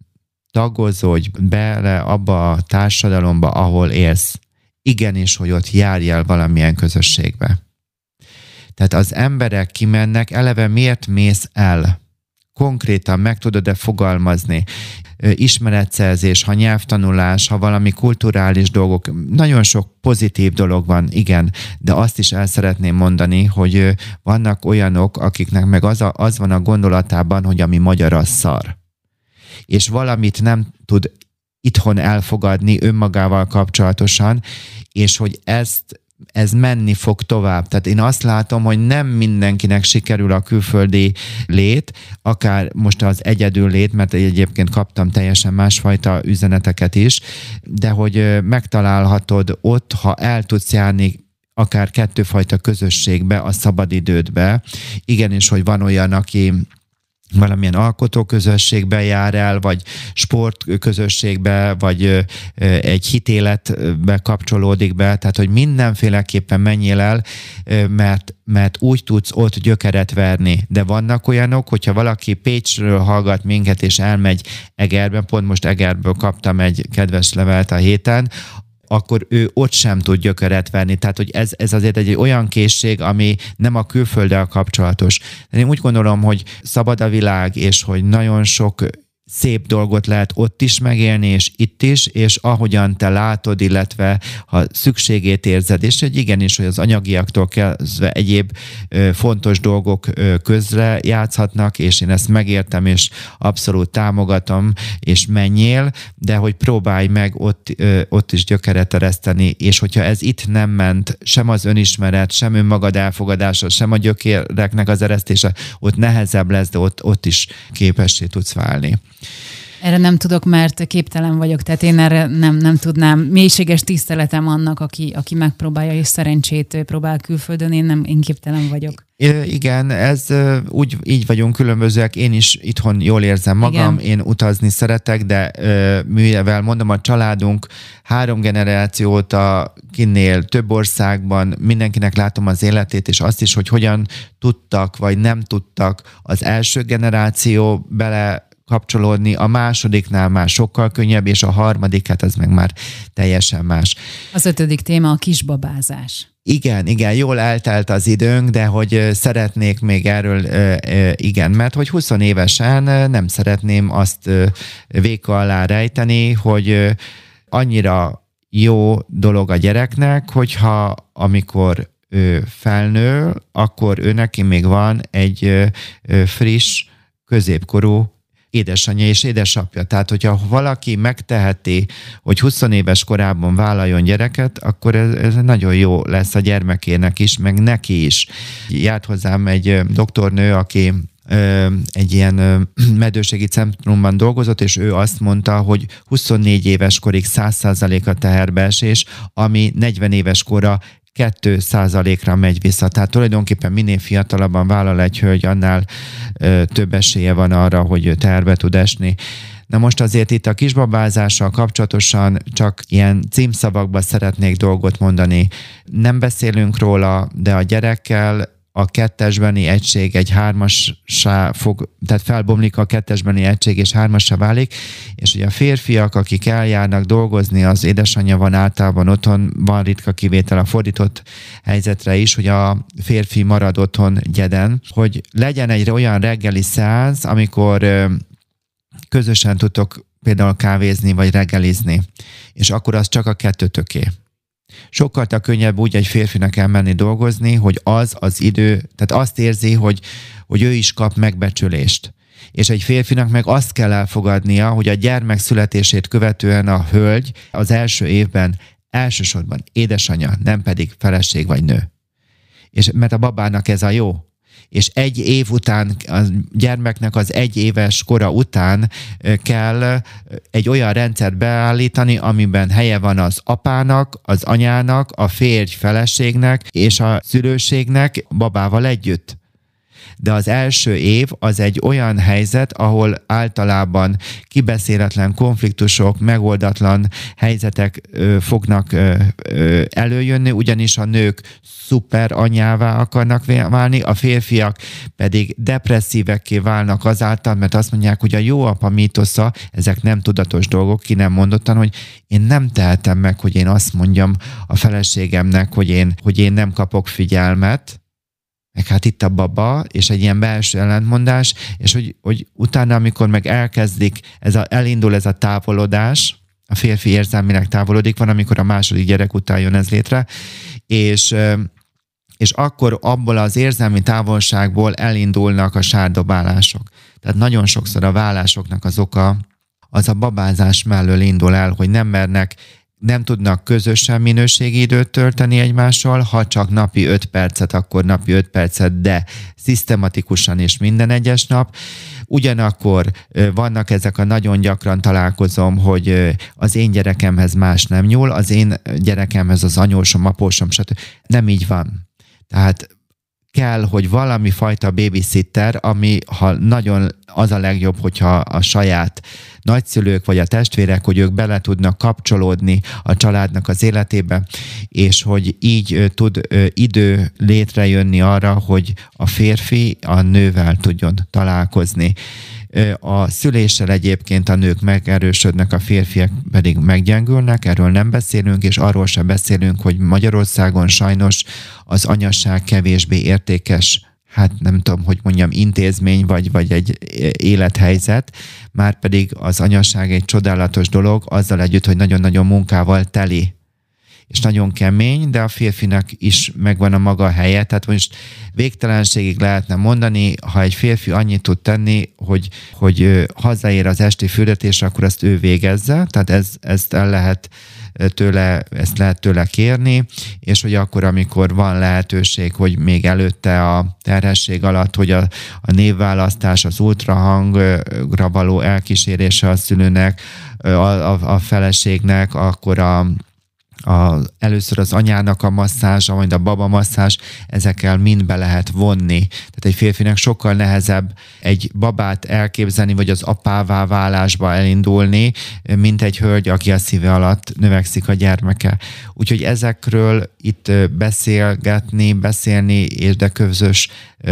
tagozódj bele abba a társadalomba, ahol élsz. Igenis, hogy ott járj el valamilyen közösségbe. Tehát az emberek kimennek, eleve miért mész el? Konkrétan meg tudod-e fogalmazni? Ismeretszerzés, ha nyelvtanulás, ha valami kulturális dolgok, nagyon sok pozitív dolog van, igen, de azt is el szeretném mondani, hogy vannak olyanok, akiknek meg az, a, az van a gondolatában, hogy ami magyar, az szar. És valamit nem tud itthon elfogadni önmagával kapcsolatosan, és hogy ezt ez menni fog tovább. Tehát én azt látom, hogy nem mindenkinek sikerül a külföldi lét, akár most az egyedül lét, mert egyébként kaptam teljesen másfajta üzeneteket is, de hogy megtalálhatod ott, ha el tudsz járni akár kettőfajta közösségbe, a szabadidődbe. Igenis, hogy van olyan, aki valamilyen alkotóközösségbe jár el, vagy sportközösségbe, vagy egy hitéletbe kapcsolódik be, tehát hogy mindenféleképpen menjél el, mert, mert úgy tudsz ott gyökeret verni. De vannak olyanok, hogyha valaki Pécsről hallgat minket, és elmegy Egerben, pont most Egerből kaptam egy kedves levelet a héten, akkor ő ott sem tud gyökeret verni. Tehát, hogy ez, ez azért egy olyan készség, ami nem a külfölddel kapcsolatos. De én úgy gondolom, hogy szabad a világ, és hogy nagyon sok szép dolgot lehet ott is megélni, és itt is, és ahogyan te látod, illetve ha szükségét érzed, és hogy igenis, hogy az anyagiaktól kezdve egyéb ö, fontos dolgok ö, közre játszhatnak, és én ezt megértem, és abszolút támogatom, és menjél, de hogy próbálj meg ott, ö, ott is gyökeret ereszteni, és hogyha ez itt nem ment, sem az önismeret, sem önmagad elfogadása, sem a gyökereknek az eresztése, ott nehezebb lesz, de ott, ott is képessé tudsz válni. Erre nem tudok, mert képtelen vagyok, tehát én erre nem, nem tudnám. Mélységes tiszteletem annak, aki, aki megpróbálja és szerencsét próbál külföldön, én nem, én képtelen vagyok. Igen, ez úgy, így vagyunk különbözőek, én is itthon jól érzem magam, igen. Én utazni szeretek, de mivel mondom, a családunk három generáció óta kinnél több országban, mindenkinek látom az életét, és azt is, hogy hogyan tudtak, vagy nem tudtak az első generáció bele kapcsolódni, a másodiknál már sokkal könnyebb, és a harmadik, hát az meg már teljesen más. Az ötödik téma a kisbabázás. Igen, igen, jól eltelt az időnk, de hogy szeretnék még erről, igen, mert hogy húsz évesen nem szeretném azt véka alá rejteni, hogy annyira jó dolog a gyereknek, hogyha amikor ő felnő, akkor ő neki még van egy friss, középkorú édesanyja és édesapja. Tehát, hogyha valaki megteheti, hogy húsz éves korában vállaljon gyereket, akkor ez, ez nagyon jó lesz a gyermekének is, meg neki is. Járt hozzám egy doktornő, aki ö, egy ö, meddőségi centrumban dolgozott, és ő azt mondta, hogy huszonnégy éves korig száz százalék a teherbeesés, ami negyven éves korra két százalékra megy vissza. Tehát tulajdonképpen minél fiatalabban vállal egy hölgy, annál ö, több esélye van arra, hogy teherbe tud esni. Na most azért itt a kisbabázással kapcsolatosan csak ilyen címszavakban szeretnék dolgot mondani. Nem beszélünk róla, de a gyerekkel a kettesbeni egység egy hármassá fog, tehát felbomlik a kettesbeni egység, és hármassá válik, és ugye a férfiak, akik eljárnak dolgozni, az édesanyja van általában otthon, van ritka kivétel a fordított helyzetre is, hogy a férfi marad otthon gyeden, hogy legyen egy olyan reggeli szeánsz, amikor közösen tudtok például kávézni, vagy reggelizni, és akkor az csak a kettőtöké. Sokkal könnyebb úgy egy férfinak elmenni dolgozni, hogy az az idő, tehát azt érzi, hogy, hogy ő is kap megbecsülést. És egy férfinak meg azt kell elfogadnia, hogy a gyermek születését követően a hölgy az első évben elsősorban édesanyja, nem pedig feleség vagy nő. És mert a babának ez a jó. És egy év után, a gyermeknek az egy éves kora után kell egy olyan rendszert beállítani, amiben helye van az apának, az anyának, a férj feleségnek és a szülőségnek babával együtt. De az első év az egy olyan helyzet, ahol általában kibeszéletlen konfliktusok, megoldatlan helyzetek ö, fognak ö, ö, előjönni, ugyanis a nők szuper anyává akarnak válni, a férfiak pedig depresszívekké válnak azáltal, mert azt mondják, hogy a jó apa mítosza, ezek nem tudatos dolgok, ki nem mondottan, hogy én nem tehetem meg, hogy én azt mondjam a feleségemnek, hogy én, hogy én nem kapok figyelmet, meg hát itt a baba, és egy ilyen belső ellentmondás, és hogy, hogy utána, amikor meg elkezdik, ez a, elindul ez a távolodás, a férfi érzelmileg távolodik, van, amikor a második gyerek után jön ez létre, és, és akkor abból az érzelmi távolságból elindulnak a sárdobálások. Tehát nagyon sokszor a vállásoknak az oka az a babázás mellől indul el, hogy nem mernek, nem tudnak közösen minőségi időt tölteni egymással, ha csak napi öt percet, akkor napi öt percet, de szisztematikusan és minden egyes nap. Ugyanakkor vannak ezek a nagyon gyakran találkozom, hogy az én gyerekemhez más nem nyúl, az én gyerekemhez az anyósom, apósom, stb. Nem így van. Tehát kell, hogy valami fajta babysitter, ami ha nagyon az a legjobb, hogyha a saját nagyszülők vagy a testvérek, hogy ők bele tudnak kapcsolódni a családnak az életébe, és hogy így tud idő létrejönni arra, hogy a férfi a nővel tudjon találkozni. A szüléssel egyébként a nők megerősödnek, a férfiak pedig meggyengülnek, erről nem beszélünk, és arról sem beszélünk, hogy Magyarországon sajnos az anyasság kevésbé értékes, hát nem tudom, hogy mondjam, intézmény, vagy, vagy egy élethelyzet, már pedig az anyasság egy csodálatos dolog, azzal együtt, hogy nagyon-nagyon munkával teli, és nagyon kemény, de a férfinak is megvan a maga helye, tehát most végtelenségig lehetne mondani, ha egy férfi annyit tud tenni, hogy, hogy hazaér az esti fürdetésre, akkor azt ő végezze, tehát ez, ezt el lehet tőle, ezt lehet tőle kérni, és hogy akkor, amikor van lehetőség, hogy még előtte a terhesség alatt, hogy a, a névválasztás, az ultrahangra való elkísérése a szülőnek, a, a, a feleségnek, akkor a A, először az anyának a masszázsa, majd a baba masszázs, ezekkel mind be lehet vonni. Tehát egy férfinek sokkal nehezebb egy babát elképzelni, vagy az apává válásba elindulni, mint egy hölgy, aki a szíve alatt növekszik a gyermeke. Úgyhogy ezekről itt beszélgetni, beszélni, és de közös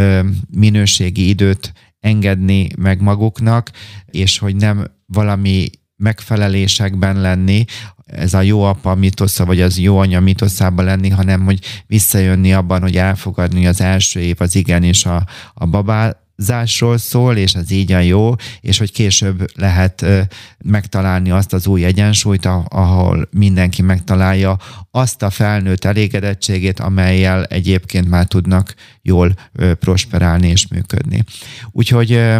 minőségi időt engedni meg maguknak, és hogy nem valami megfelelésekben lenni, ez a jó apa mitosza, vagy az jó anya mitoszában lenni, hanem hogy visszajönni abban, hogy elfogadni az első év az igenis a, a babázásról szól, és az így a jó, és hogy később lehet uh, megtalálni azt az új egyensúlyt, ahol mindenki megtalálja azt a felnőtt elégedettségét, amellyel egyébként már tudnak jól uh, prosperálni és működni. Úgyhogy uh,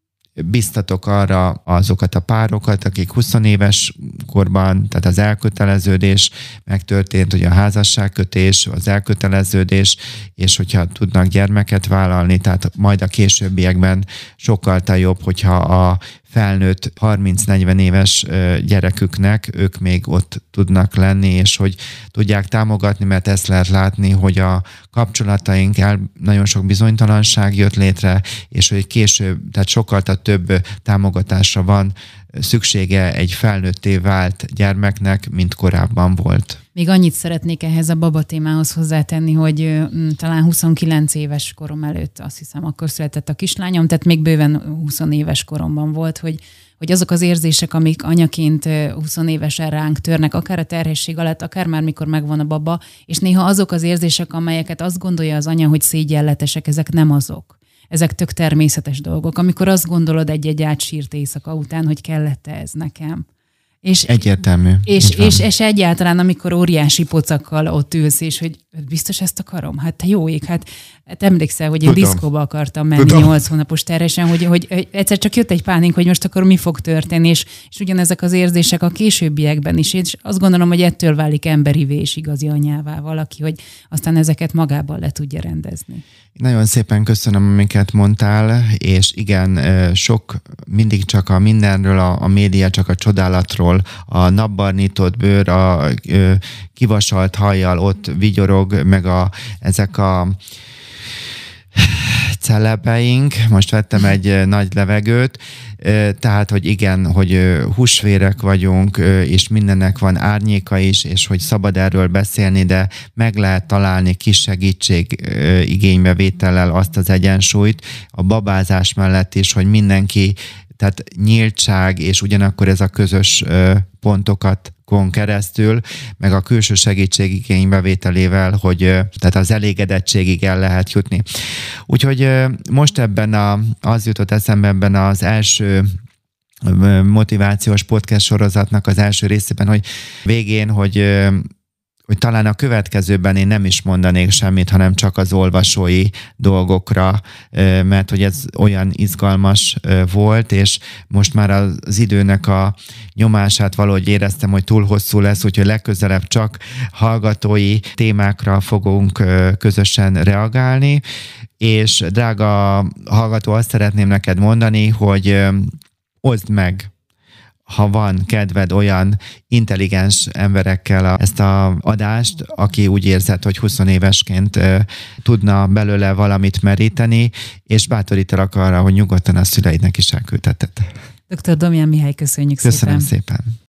biztatok arra azokat a párokat, akik húsz éves korban, tehát az elköteleződés megtörtént, hogy a házasságkötés, az elköteleződés, és hogyha tudnak gyermeket vállalni, tehát majd a későbbiekben sokkal jobb, hogyha a felnőtt harminc-negyven éves gyereküknek ők még ott tudnak lenni, és hogy tudják támogatni, mert ezt lehet látni, hogy a kapcsolataink el nagyon sok bizonytalanság jött létre, és hogy később, tehát sokkal több támogatásra van szüksége egy felnőtté vált gyermeknek, mint korábban volt. Még annyit szeretnék ehhez a baba témához hozzátenni, hogy talán huszonkilenc éves korom előtt, azt hiszem, akkor született a kislányom, tehát még bőven húsz éves koromban volt, hogy, hogy azok az érzések, amik anyaként húsz évesen ránk törnek, akár a terhesség alatt, akár már mikor megvan a baba, és néha azok az érzések, amelyeket azt gondolja az anya, hogy szégyenletesek, ezek nem azok. Ezek tök természetes dolgok. Amikor azt gondolod egy-egy átsírt éjszaka után, hogy kellett-e ez nekem. És, Egyértelmű. És, és, és egyáltalán, amikor óriási pocakkal ott ülsz, és hogy biztos ezt akarom? Hát te jó ég, hát, hát emlékszel, hogy én Tudom. diszkóba akartam menni nyolc hónapos terhesen, hogy, hogy, hogy egyszer csak jött egy pánik, hogy most akkor mi fog történni, és, és ugyanezek az érzések a későbbiekben is. És azt gondolom, hogy ettől válik emberivé és igazi anyává valaki, hogy aztán ezeket magában le tudja rendezni. Nagyon szépen köszönöm, amiket mondtál, és igen, sok mindig csak a mindenről, a, a média csak a csodálatról, a napbarnított bőr, a ö, kivasalt hajjal ott vigyorog, meg a, ezek a celebeink, most vettem egy nagy levegőt, tehát, hogy igen, hogy húsvérek vagyunk, és mindennek van árnyéka is, és hogy szabad erről beszélni, de meg lehet találni kis segítség igénybevétellel azt az egyensúlyt, a babázás mellett is, hogy mindenki, tehát nyíltság, és ugyanakkor ez a közös pontokat kon keresztül, meg a külső segítség igénybevételével, hogy tehát az elégedettségig el lehet jutni. Úgyhogy most ebben a, az jutott eszembe ebben az első motivációs podcast sorozatnak az első részében, hogy végén, hogy hogy talán a következőben én nem is mondanék semmit, hanem csak az olvasói dolgokra, mert hogy ez olyan izgalmas volt, és most már az időnek a nyomását valahogy éreztem, hogy túl hosszú lesz, úgyhogy legközelebb csak hallgatói témákra fogunk közösen reagálni, és drága hallgató, azt szeretném neked mondani, hogy oszd meg, ha van kedved olyan intelligens emberekkel a, ezt az adást, aki úgy érzed, hogy húsz évesként e, tudna belőle valamit meríteni, és bátorítalak arra, hogy nyugodtan a szüleidnek is elküldheted. doktor Domján Mihály, köszönjük Köszönöm szépen. szépen.